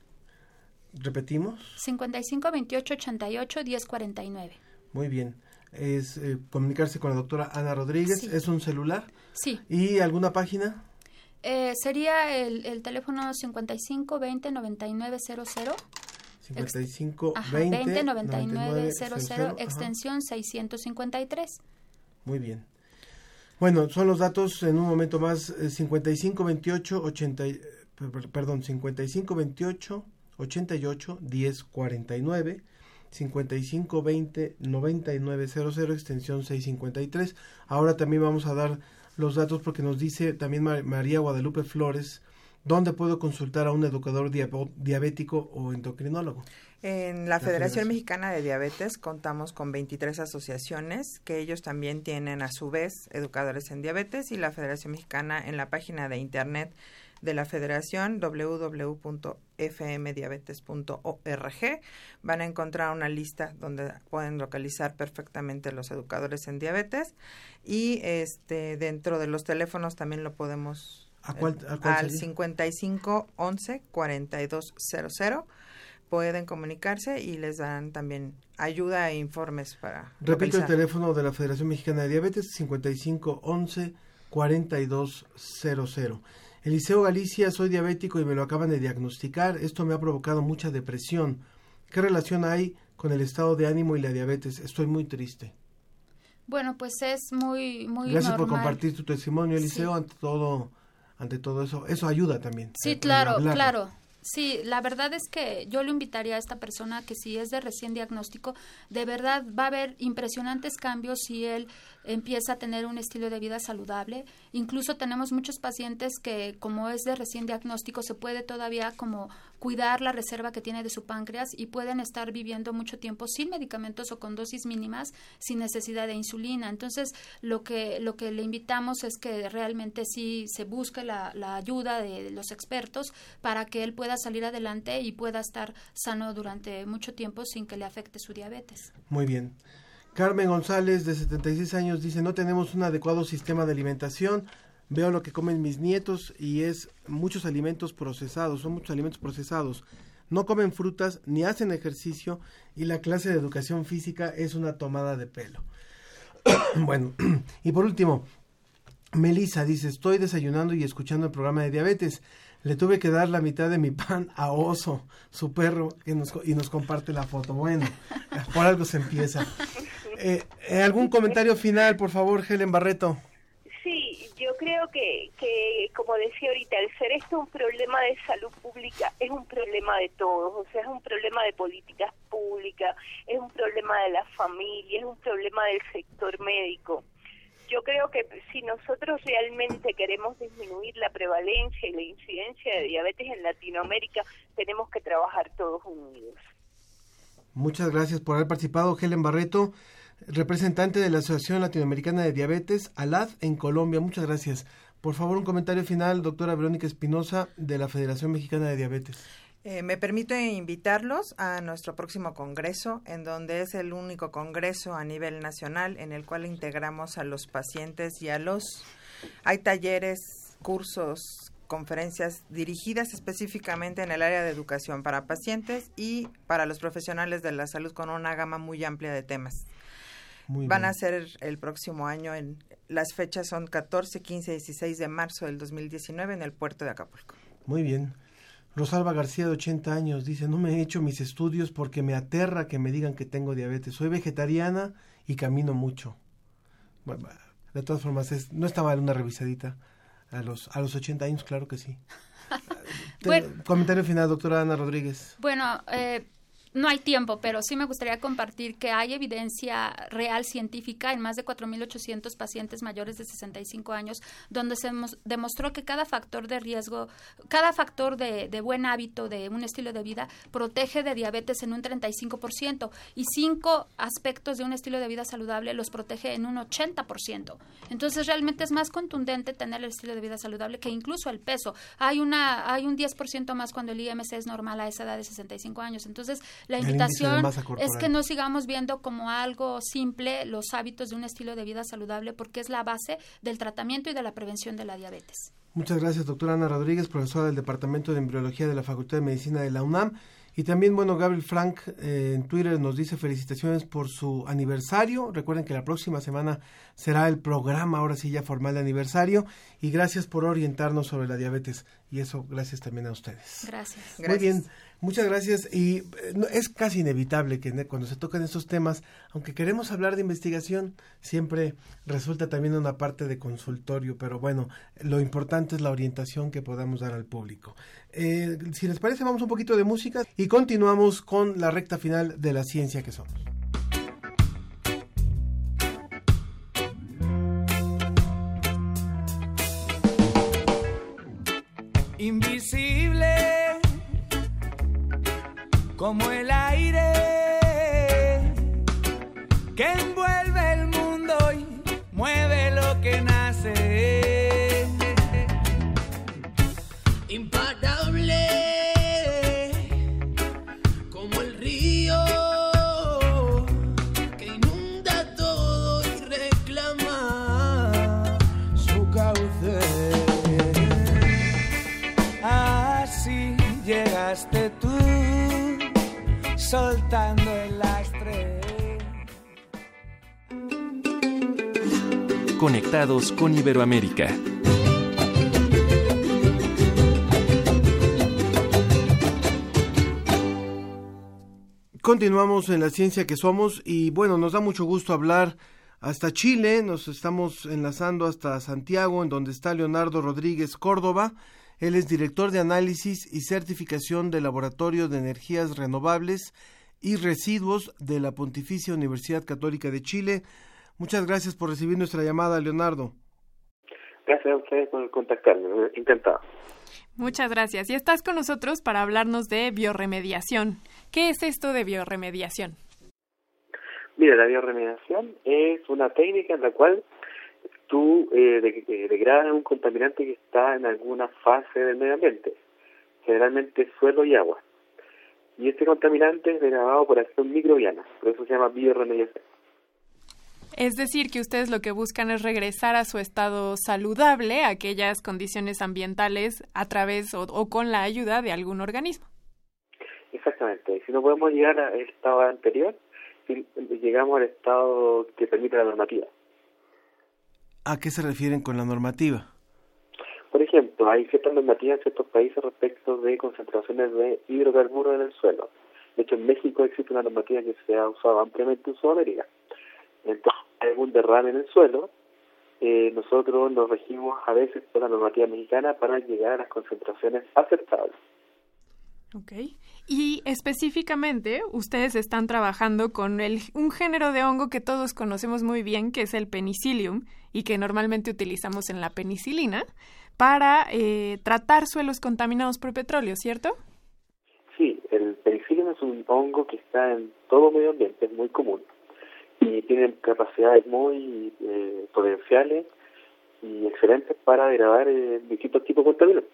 ¿Repetimos? cincuenta y cinco, veintiocho, ochenta y ocho, diez cuarenta y nueve. Muy bien. Es eh, comunicarse con la doctora Ana Rodríguez. Sí. ¿Es un celular? Sí. ¿Y alguna página? Eh, sería el, el teléfono cincuenta y cinco, veinte, noventa y nueve cero cero. cincuenta y cinco, veinte, noventa y nueve cero cero, extensión seiscientos cincuenta y tres. Muy bien. Bueno, son los datos en un momento más, eh, cincuenta y cinco, veintiocho, ochenta, perdón, cincuenta y cinco, veintiocho, ochenta y ocho, diez cuarenta y nueve, cincuenta y cinco, veinte, noventa y nueve cero cero, extensión seiscientos cincuenta y tres. Ahora también vamos a dar los datos porque nos dice también Mar- María Guadalupe Flores, ¿dónde puedo consultar a un educador diab- diabético o endocrinólogo? En la, la Federación, Federación Mexicana de Diabetes contamos con veintitrés asociaciones que ellos también tienen a su vez educadores en diabetes, y la Federación Mexicana en la página de internet de la Federación doble u doble u doble u punto f m diabetes punto org van a encontrar una lista donde pueden localizar perfectamente los educadores en diabetes, y este dentro de los teléfonos también lo podemos ¿A cuál, a cuál al cincuenta y cinco, once, cuarenta y dos cero cero. Pueden comunicarse y les dan también ayuda e informes para Repito localizar. El teléfono de la Federación Mexicana de Diabetes, cincuenta y cinco, once, cuarenta y dos cero cero. Eliseo Galicia, soy diabético y me lo acaban de diagnosticar. Esto me ha provocado mucha depresión. ¿Qué relación hay con el estado de ánimo y la diabetes? Estoy muy triste. Bueno, pues es muy, muy Gracias normal. por compartir tu testimonio, Eliseo, sí. ante todo, ante todo eso. Eso ayuda también. Sí, claro, claro. Sí, la verdad es que yo le invitaría a esta persona que si es de recién diagnóstico, de verdad va a haber impresionantes cambios si él empieza a tener un estilo de vida saludable. Incluso tenemos muchos pacientes que, como es de recién diagnóstico, se puede todavía como cuidar la reserva que tiene de su páncreas y pueden estar viviendo mucho tiempo sin medicamentos o con dosis mínimas, sin necesidad de insulina. Entonces, lo que lo que le invitamos es que realmente sí se busque la, la ayuda de los expertos para que él pueda salir adelante y pueda estar sano durante mucho tiempo sin que le afecte su diabetes. Muy bien. Carmen González, de setenta y seis años, dice, no tenemos un adecuado sistema de alimentación, veo lo que comen mis nietos y es muchos alimentos procesados, son muchos alimentos procesados, no comen frutas ni hacen ejercicio y la clase de educación física es una tomada de pelo. Bueno, y por último, Melissa dice, estoy desayunando y escuchando el programa de diabetes. Le tuve que dar la mitad de mi pan a Oso, su perro, que nos, y nos comparte la foto. Bueno, por algo se empieza. Eh, eh, ¿Algún comentario final, por favor, Helen Barreto? Sí, yo creo que, que, como decía ahorita, al ser esto un problema de salud pública, es un problema de todos, o sea, es un problema de políticas públicas, es un problema de la familia, es un problema del sector médico. Yo creo que si nosotros realmente queremos disminuir la prevalencia y la incidencia de diabetes en Latinoamérica, tenemos que trabajar todos unidos. Muchas gracias por haber participado, Helen Barreto, representante de la Asociación Latinoamericana de Diabetes, A L A D, en Colombia. Muchas gracias. Por favor, un comentario final, doctora Verónica Espinosa, de la Federación Mexicana de Diabetes. Eh, me permito invitarlos a nuestro próximo congreso, en donde es el único congreso a nivel nacional en el cual integramos a los pacientes y a los... Hay talleres, cursos, conferencias dirigidas específicamente en el área de educación para pacientes y para los profesionales de la salud con una gama muy amplia de temas. Muy Van bien. a ser el próximo año, en las fechas son catorce, quince y dieciséis de marzo del dos mil diecinueve en el puerto de Acapulco. Muy bien. Rosalba García, de ochenta años, dice, no me he hecho mis estudios porque me aterra que me digan que tengo diabetes. Soy vegetariana y camino mucho. Bueno, de todas formas, es, no está mal una revisadita. A los, a los ochenta años, claro que sí. Bueno, comentario final, doctora Ana Rodríguez. Bueno, eh, no hay tiempo, pero sí me gustaría compartir que hay evidencia real científica en más de cuatro mil ochocientos pacientes mayores de sesenta y cinco años, donde se demostró que cada factor de riesgo, cada factor de, de buen hábito, de un estilo de vida, protege de diabetes en un treinta y cinco por ciento y cinco aspectos de un estilo de vida saludable los protege en un ochenta por ciento. Entonces, realmente es más contundente tener el estilo de vida saludable que incluso el peso. Hay una hay un diez por ciento más cuando el I M C es normal a esa edad de sesenta y cinco años. Entonces, la invitación es que no sigamos viendo como algo simple los hábitos de un estilo de vida saludable, porque es la base del tratamiento y de la prevención de la diabetes. Muchas gracias, doctora Ana Rodríguez, profesora del Departamento de Embriología de la Facultad de Medicina de la UNAM. Y también, bueno, Gabriel Frank eh, en Twitter nos dice felicitaciones por su aniversario. Recuerden que la próxima semana será el programa, ahora sí ya formal de aniversario. Y gracias por orientarnos sobre la diabetes. Y eso, gracias también a ustedes. Gracias. Muy gracias. bien, muchas gracias. Y eh, no, es casi inevitable que cuando se tocan estos temas, aunque queremos hablar de investigación, siempre resulta también una parte de consultorio. Pero bueno, lo importante es la orientación que podamos dar al público. Eh, si les parece, vamos un poquito de música y continuamos con la recta final de La Ciencia que Somos. Invisible como el aire que envuelve el mundo y mueve lo que nace. Imparable como el río que inunda todo y reclama su cauce. Así llegaste tú soltando el lastre. Conectados con Iberoamérica. Continuamos en La Ciencia que Somos y bueno, nos da mucho gusto hablar hasta Chile, nos estamos enlazando hasta Santiago, en donde está Leonardo Rodríguez Córdoba. Él es director de análisis y certificación del Laboratorio de Energías Renovables y Residuos de la Pontificia Universidad Católica de Chile. Muchas gracias por recibir nuestra llamada, Leonardo. Gracias a ustedes por contactarme, encantado. Muchas gracias. Y estás con nosotros para hablarnos de bioremediación. ¿Qué es esto de bioremediación? Mira, la bioremediación es una técnica en la cual tú eh, degradas un contaminante que está en alguna fase del medio ambiente, generalmente suelo y agua. Y este contaminante es degradado por acción microbiana, por eso se llama bioremediación. Es decir, que ustedes lo que buscan es regresar a su estado saludable, a aquellas condiciones ambientales a través o, o con la ayuda de algún organismo. Exactamente. Si no podemos llegar al estado anterior, si llegamos al estado que permite la normativa. ¿A qué se refieren con la normativa? Por ejemplo, hay ciertas normativas en ciertos países respecto de concentraciones de hidrocarburos en el suelo. De hecho, en México existe una normativa que se ha usado ampliamente en Sudamérica. Entonces, hay algún derrame en el suelo, eh, nosotros nos regimos a veces por la normativa mexicana para llegar a las concentraciones aceptables. Ok. Y específicamente, ustedes están trabajando con el, un género de hongo que todos conocemos muy bien, que es el Penicillium, y que normalmente utilizamos en la penicilina, para eh, tratar suelos contaminados por petróleo, ¿cierto? Sí, el Penicillium es un hongo que está en todo medio ambiente, es muy común, y tiene capacidades muy eh, potenciales y excelentes para degradar eh, distintos tipos de contaminantes.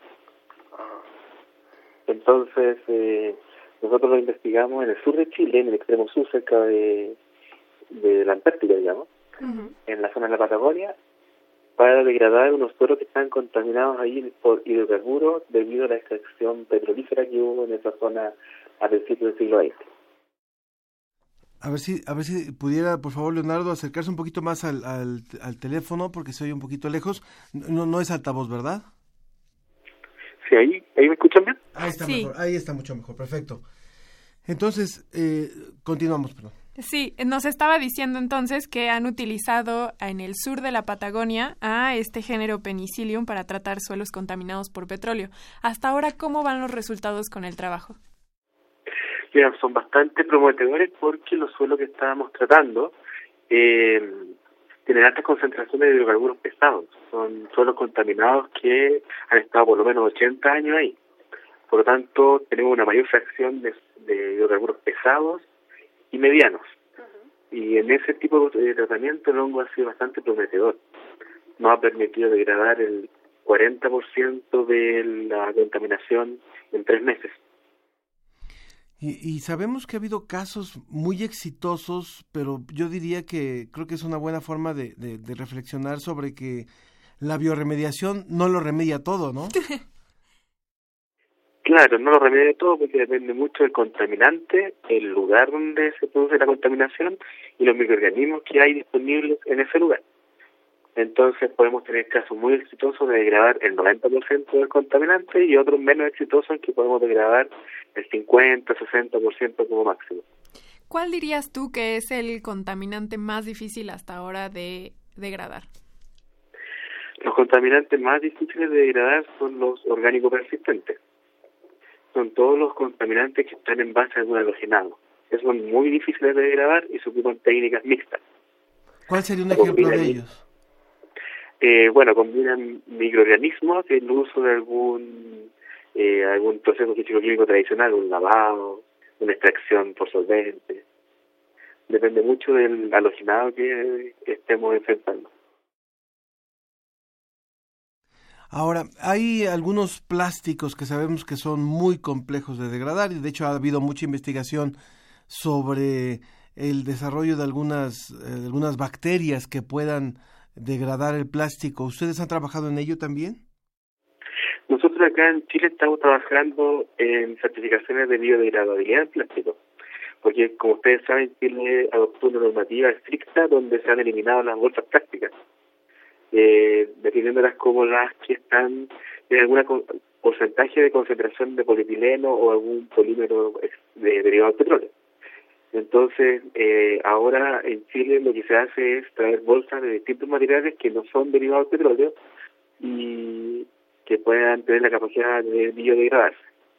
Entonces, eh, nosotros lo investigamos en el sur de Chile, en el extremo sur, cerca de, de la Antártica, digamos, uh-huh. en la zona de la Patagonia, para degradar unos suelos que están contaminados ahí por hidrocarburos debido a la extracción petrolífera que hubo en esa zona a principios del siglo veinte. A ver si, a ver si pudiera, por favor, Leonardo, acercarse un poquito más al, al, al teléfono, porque se oye un poquito lejos. No, no es altavoz, ¿verdad? Sí, ahí, ahí me escuchan bien. Ahí está sí. mejor, ahí está mucho mejor, perfecto. Entonces, eh, continuamos, perdón. Sí, nos estaba diciendo entonces que han utilizado en el sur de la Patagonia a este género Penicillium para tratar suelos contaminados por petróleo. Hasta ahora, ¿cómo van los resultados con el trabajo? Mira, son bastante prometedores porque los suelos que estábamos tratando eh, tienen altas concentraciones de hidrocarburos pesados. Son suelos contaminados que han estado por lo menos ochenta años ahí. Por lo tanto, tenemos una mayor fracción de, de hidrocarburos pesados y medianos. Uh-huh. Y en ese tipo de tratamiento el hongo ha sido bastante prometedor. Nos ha permitido degradar el cuarenta por ciento de la contaminación en tres meses. Y, y sabemos que ha habido casos muy exitosos, pero yo diría que creo que es una buena forma de, de, de reflexionar sobre que la bioremediación no lo remedia todo, ¿no? Claro, no lo remedia todo porque depende mucho del contaminante, el lugar donde se produce la contaminación y los microorganismos que hay disponibles en ese lugar. Entonces podemos tener casos muy exitosos de degradar el noventa por ciento del contaminante y otros menos exitosos en que podemos degradar el cincuenta, sesenta por ciento como máximo. ¿Cuál dirías tú que es el contaminante más difícil hasta ahora de degradar? Los contaminantes más difíciles de degradar son los orgánicos persistentes. Son todos los contaminantes que están en base a algún halogenado. Esos son muy difíciles de degradar y se ocupan técnicas mixtas. ¿Cuál sería un ejemplo de ellos? Eh, bueno, combinan microorganismos, el uso de algún eh, algún proceso físico-químico tradicional, un lavado, una extracción por solvente. Depende mucho del halogenado que estemos enfrentando. Ahora, hay algunos plásticos que sabemos que son muy complejos de degradar y de hecho ha habido mucha investigación sobre el desarrollo de algunas, eh, algunas bacterias que puedan degradar el plástico. ¿Ustedes han trabajado en ello también? Nosotros acá en Chile estamos trabajando en certificaciones de biodegradabilidad en plástico, porque como ustedes saben, Chile adoptó una normativa estricta donde se han eliminado las bolsas plásticas, eh, definiéndolas como las que están en algún porcentaje de concentración de polietileno o algún polímero de, derivado del petróleo. Entonces, eh, ahora en Chile lo que se hace es traer bolsas de distintos materiales que no son derivados del petróleo y que puedan tener la capacidad de biodegradarse.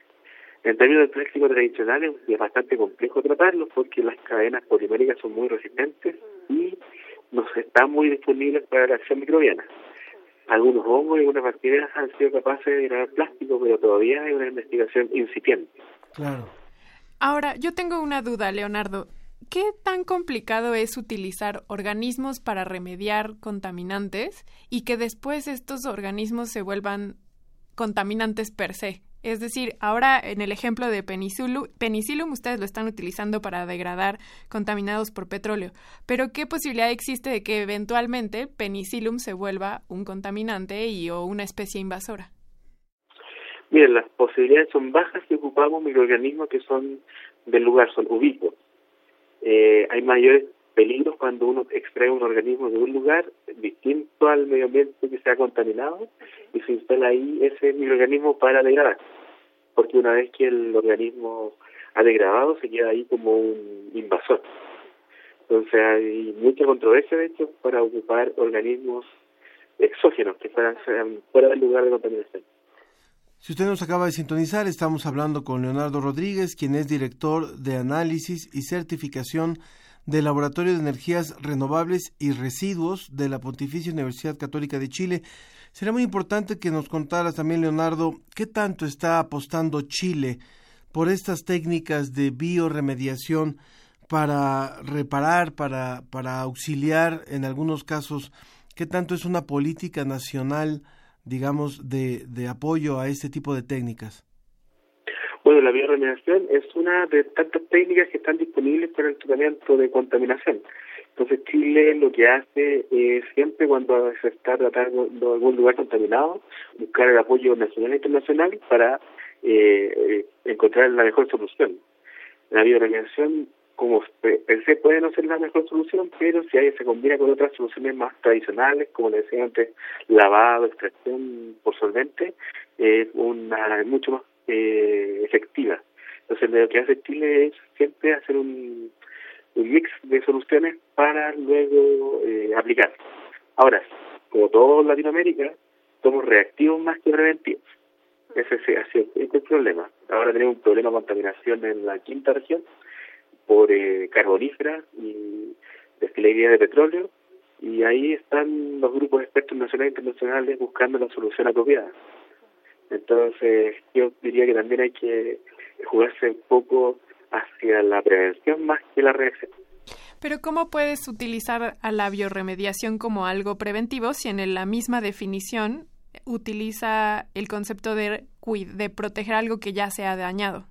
En términos del plástico tradicional es bastante complejo tratarlos porque las cadenas poliméricas son muy resistentes y no están muy disponibles para la acción microbiana. Algunos hongos y algunas bacterias han sido capaces de degradar plástico, pero todavía hay una investigación incipiente. Claro. Ahora, yo tengo una duda, Leonardo. ¿Qué tan complicado es utilizar organismos para remediar contaminantes y que después estos organismos se vuelvan contaminantes per se? Es decir, ahora en el ejemplo de Penicillum, Penicillum ustedes lo están utilizando para degradar contaminados por petróleo, pero ¿qué posibilidad existe de que eventualmente Penicillum se vuelva un contaminante y o una especie invasora? Miren, las posibilidades son bajas si ocupamos microorganismos que son del lugar, son ubicuos. Eh, hay mayores peligros cuando uno extrae un organismo de un lugar distinto al medio ambiente que se ha contaminado y se instala ahí ese microorganismo para degradar, porque una vez que el organismo ha degradado se queda ahí como un invasor. Entonces hay mucha controversia, de hecho, para ocupar organismos exógenos que fueran fuera del lugar de contaminación. Si usted nos acaba de sintonizar, estamos hablando con Leonardo Rodríguez, quien es director de análisis y certificación del Laboratorio de Energías Renovables y Residuos de la Pontificia Universidad Católica de Chile. Sería muy importante que nos contaras también, Leonardo, qué tanto está apostando Chile por estas técnicas de bioremediación para reparar, para, para auxiliar en algunos casos, qué tanto es una política nacional, digamos, de, de apoyo a este tipo de técnicas. Bueno, la bioremediación es una de tantas técnicas que están disponibles para el tratamiento de contaminación. Entonces Chile lo que hace es siempre cuando se está tratando de algún lugar contaminado, buscar el apoyo nacional e internacional para eh, encontrar la mejor solución. La bioremediación, como per se, puede no ser la mejor solución, pero si hay, se combina con otras soluciones más tradicionales, como le decía antes, lavado, extracción por solvente, es eh, una mucho más eh, efectiva. Entonces lo que hace Chile es siempre hacer un, un mix de soluciones para luego eh, aplicar. Ahora, como todo en Latinoamérica, somos reactivos más que preventivos. Ese es, ese es el problema. Ahora tenemos un problema de contaminación en la quinta región por eh, carboníferas y destilería de petróleo, y ahí están los grupos de expertos nacionales e internacionales buscando la solución apropiada. Entonces yo diría que también hay que jugarse un poco hacia la prevención más que la reacción. Pero ¿cómo puedes utilizar a la bioremediación como algo preventivo si en la misma definición utiliza el concepto de, de proteger algo que ya se ha dañado?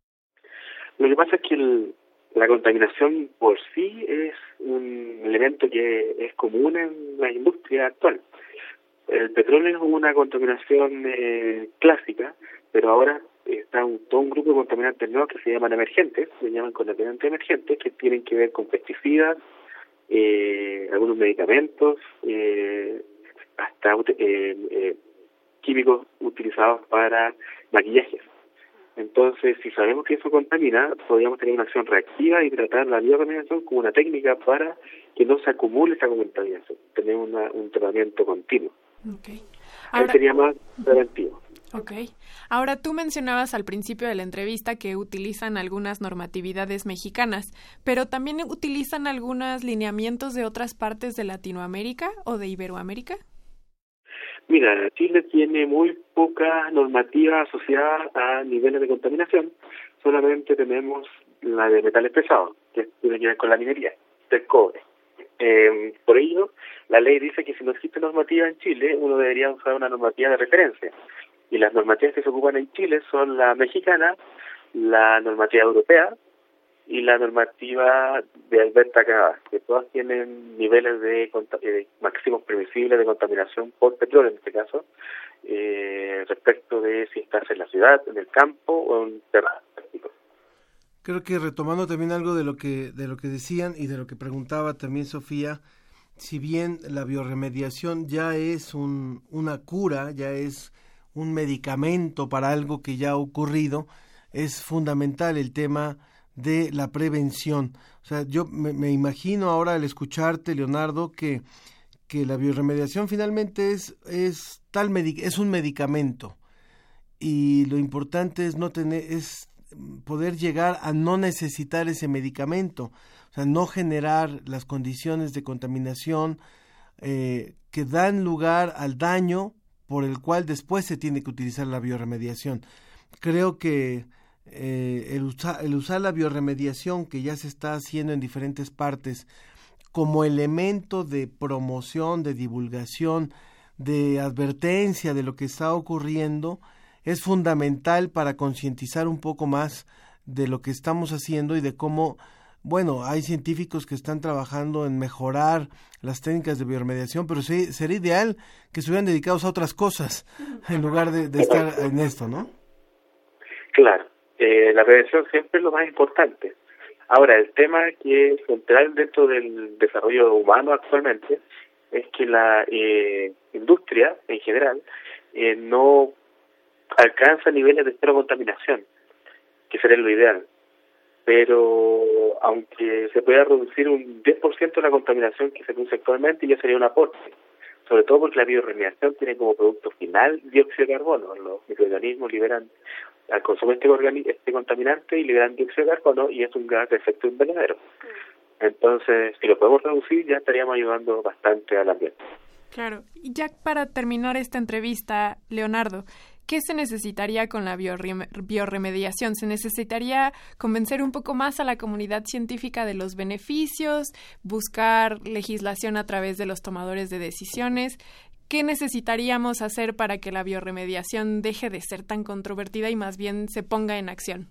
Lo que pasa es que el, la contaminación por sí es un elemento que es común en la industria actual. El petróleo es una contaminación eh, clásica, pero ahora está un, todo un grupo de contaminantes nuevos que se llaman emergentes, se llaman contaminantes emergentes, que tienen que ver con pesticidas, eh, algunos medicamentos, eh, hasta eh, eh, químicos utilizados para maquillajes. Entonces, si sabemos que eso contamina, podríamos tener una acción reactiva y tratar la bioremediación como una técnica para que no se acumule esa contaminación, tener una, un tratamiento continuo. Okay. Ahora, Ahí sería más preventivo. Ok. Ahora, tú mencionabas al principio de la entrevista que utilizan algunas normatividades mexicanas, pero también utilizan algunos lineamientos de otras partes de Latinoamérica o de Iberoamérica. Mira, Chile tiene muy poca normativa asociada a niveles de contaminación. Solamente tenemos la de metales pesados, que tiene que ver con la minería del cobre. Eh, por ello, la ley dice que si no existe normativa en Chile, uno debería usar una normativa de referencia. Y las normativas que se ocupan en Chile son la mexicana, la normativa europea y la normativa de Alberta Canadá, que todas tienen niveles de, de máximos permisibles de contaminación por petróleo, en este caso, eh, respecto de si estás en la ciudad, en el campo o en terreno. Creo que retomando también algo de lo que de lo que decían y de lo que preguntaba también Sofía, si bien la bioremediación ya es un, una cura, ya es un medicamento para algo que ya ha ocurrido, es fundamental el tema de la prevención. O sea, yo me, me imagino ahora al escucharte, Leonardo, que, que la biorremediación finalmente es, es, tal medic- es un medicamento, y lo importante es no tener, es poder llegar a no necesitar ese medicamento, o sea, no generar las condiciones de contaminación eh, que dan lugar al daño por el cual después se tiene que utilizar la biorremediación. Creo que eh, el, usa, el usar la biorremediación, que ya se está haciendo en diferentes partes, como elemento de promoción, de divulgación, de advertencia de lo que está ocurriendo, es fundamental para concientizar un poco más de lo que estamos haciendo y de cómo, bueno, hay científicos que están trabajando en mejorar las técnicas de biorremediación, pero sí, sería ideal que estuvieran dedicados a otras cosas en lugar de, de estar en esto, ¿no? Claro, eh, la prevención siempre es lo más importante. Ahora, el tema que es central dentro del desarrollo humano actualmente es que la eh, industria en general eh, no alcanza niveles de cero contaminación, que sería lo ideal. Pero aunque se pueda reducir un diez por ciento de la contaminación que se produce actualmente, ya sería un aporte, sobre todo porque la biorremediación tiene como producto final dióxido de carbono. Los microorganismos liberan al consumo este, organi- este contaminante y liberan dióxido de carbono, y es un gas de efecto invernadero. Entonces, si lo podemos reducir, ya estaríamos ayudando bastante al ambiente. Claro. Y ya para terminar esta entrevista, Leonardo, ¿qué se necesitaría con la biorrem- biorremediación? ¿Se necesitaría convencer un poco más a la comunidad científica de los beneficios, buscar legislación a través de los tomadores de decisiones? ¿Qué necesitaríamos hacer para que la biorremediación deje de ser tan controvertida y más bien se ponga en acción?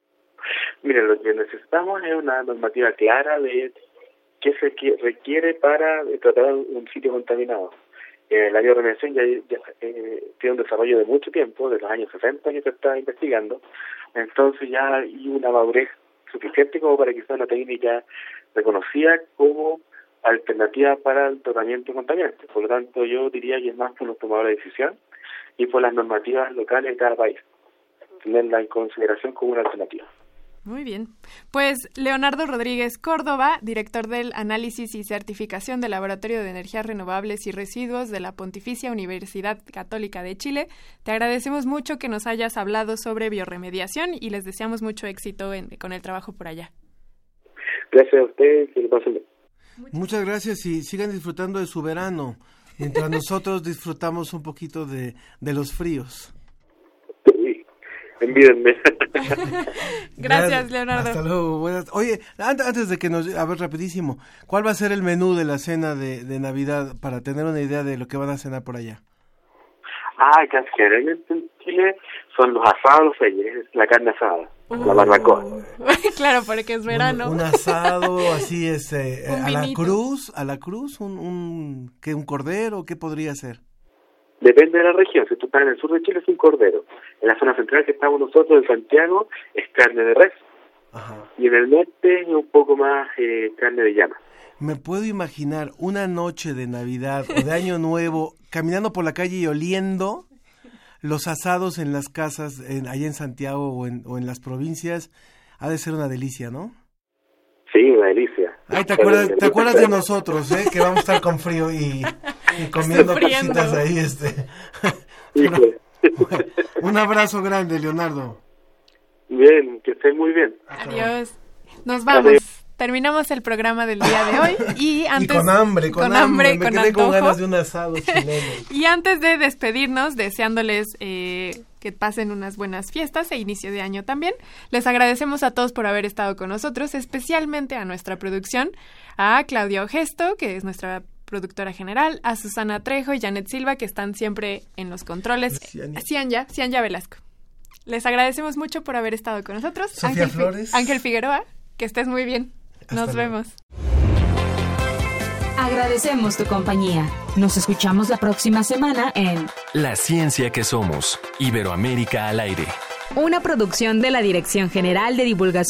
Mira, lo que necesitamos es una normativa clara de qué se requiere para tratar un sitio contaminado. Eh, la biorremediación ya, ya eh, tiene un desarrollo de mucho tiempo, de los años sesenta que se está investigando, entonces ya hay una madurez suficiente como para que sea una técnica reconocida como alternativa para el tratamiento de contaminantes. Por lo tanto, yo diría que es más por los tomadores de decisión y por las normativas locales de cada país, tenerla en consideración como una alternativa. Muy bien. Pues Leonardo Rodríguez Córdoba, director del Análisis y Certificación del Laboratorio de Energías Renovables y Residuos de la Pontificia Universidad Católica de Chile, te agradecemos mucho que nos hayas hablado sobre biorremediación y les deseamos mucho éxito en, con el trabajo por allá. Gracias a ustedes, que lo pasen bien. Muchas gracias y sigan disfrutando de su verano, mientras nosotros disfrutamos un poquito de, de los fríos. Sí, envídenme. Gracias, Leonardo. Hasta luego. Buenas. Oye, antes, antes de que nos... A ver, rapidísimo. ¿Cuál va a ser el menú de la cena de, de Navidad para tener una idea de lo que van a cenar por allá? Ah, que generalmente en Chile son los asados los reyes, la carne asada, uh, la barbacoa. Claro, porque es verano. Un, un asado así, es, eh, a la cruz, a la cruz, un, un, ¿qué, un cordero, ¿qué podría ser? Depende de la región. Si tú estás en el sur de Chile es un cordero. En la zona central que estamos nosotros, en Santiago, es carne de res. Ajá. Y en el norte es un poco más eh, carne de llama. Me puedo imaginar una noche de Navidad o de Año Nuevo caminando por la calle y oliendo los asados en las casas en, allá en Santiago o en, o en las provincias. Ha de ser una delicia, ¿no? Sí, una delicia. Ay, ¿te acuerdas, ¿te acuerdas de nosotros, eh? Que vamos a estar con frío y, y comiendo Sufriendo. cositas ahí, este. Pero, un abrazo grande, Leonardo. Bien, que estén muy bien. Adiós. Nos vamos. Adiós. Terminamos el programa del día de hoy y antes y con hambre, con, con hambre, hambre, me con quedé antojo. con ganas de un asado chileno. Y antes de despedirnos, deseándoles eh, que pasen unas buenas fiestas e inicio de año también, les agradecemos a todos por haber estado con nosotros, especialmente a nuestra producción, a Claudia Ogesto, que es nuestra productora general, a Susana Trejo y Janet Silva, que están siempre en los controles. Cianya, Cianya, Cianya Velasco. Les agradecemos mucho por haber estado con nosotros. Sofía Ángel, Flores. Ángel Figueroa, que estés muy bien. Hasta Nos luego. Vemos. Agradecemos tu compañía. Nos escuchamos la próxima semana en La Ciencia que Somos, Iberoamérica al aire. Una producción de la Dirección General de Divulgación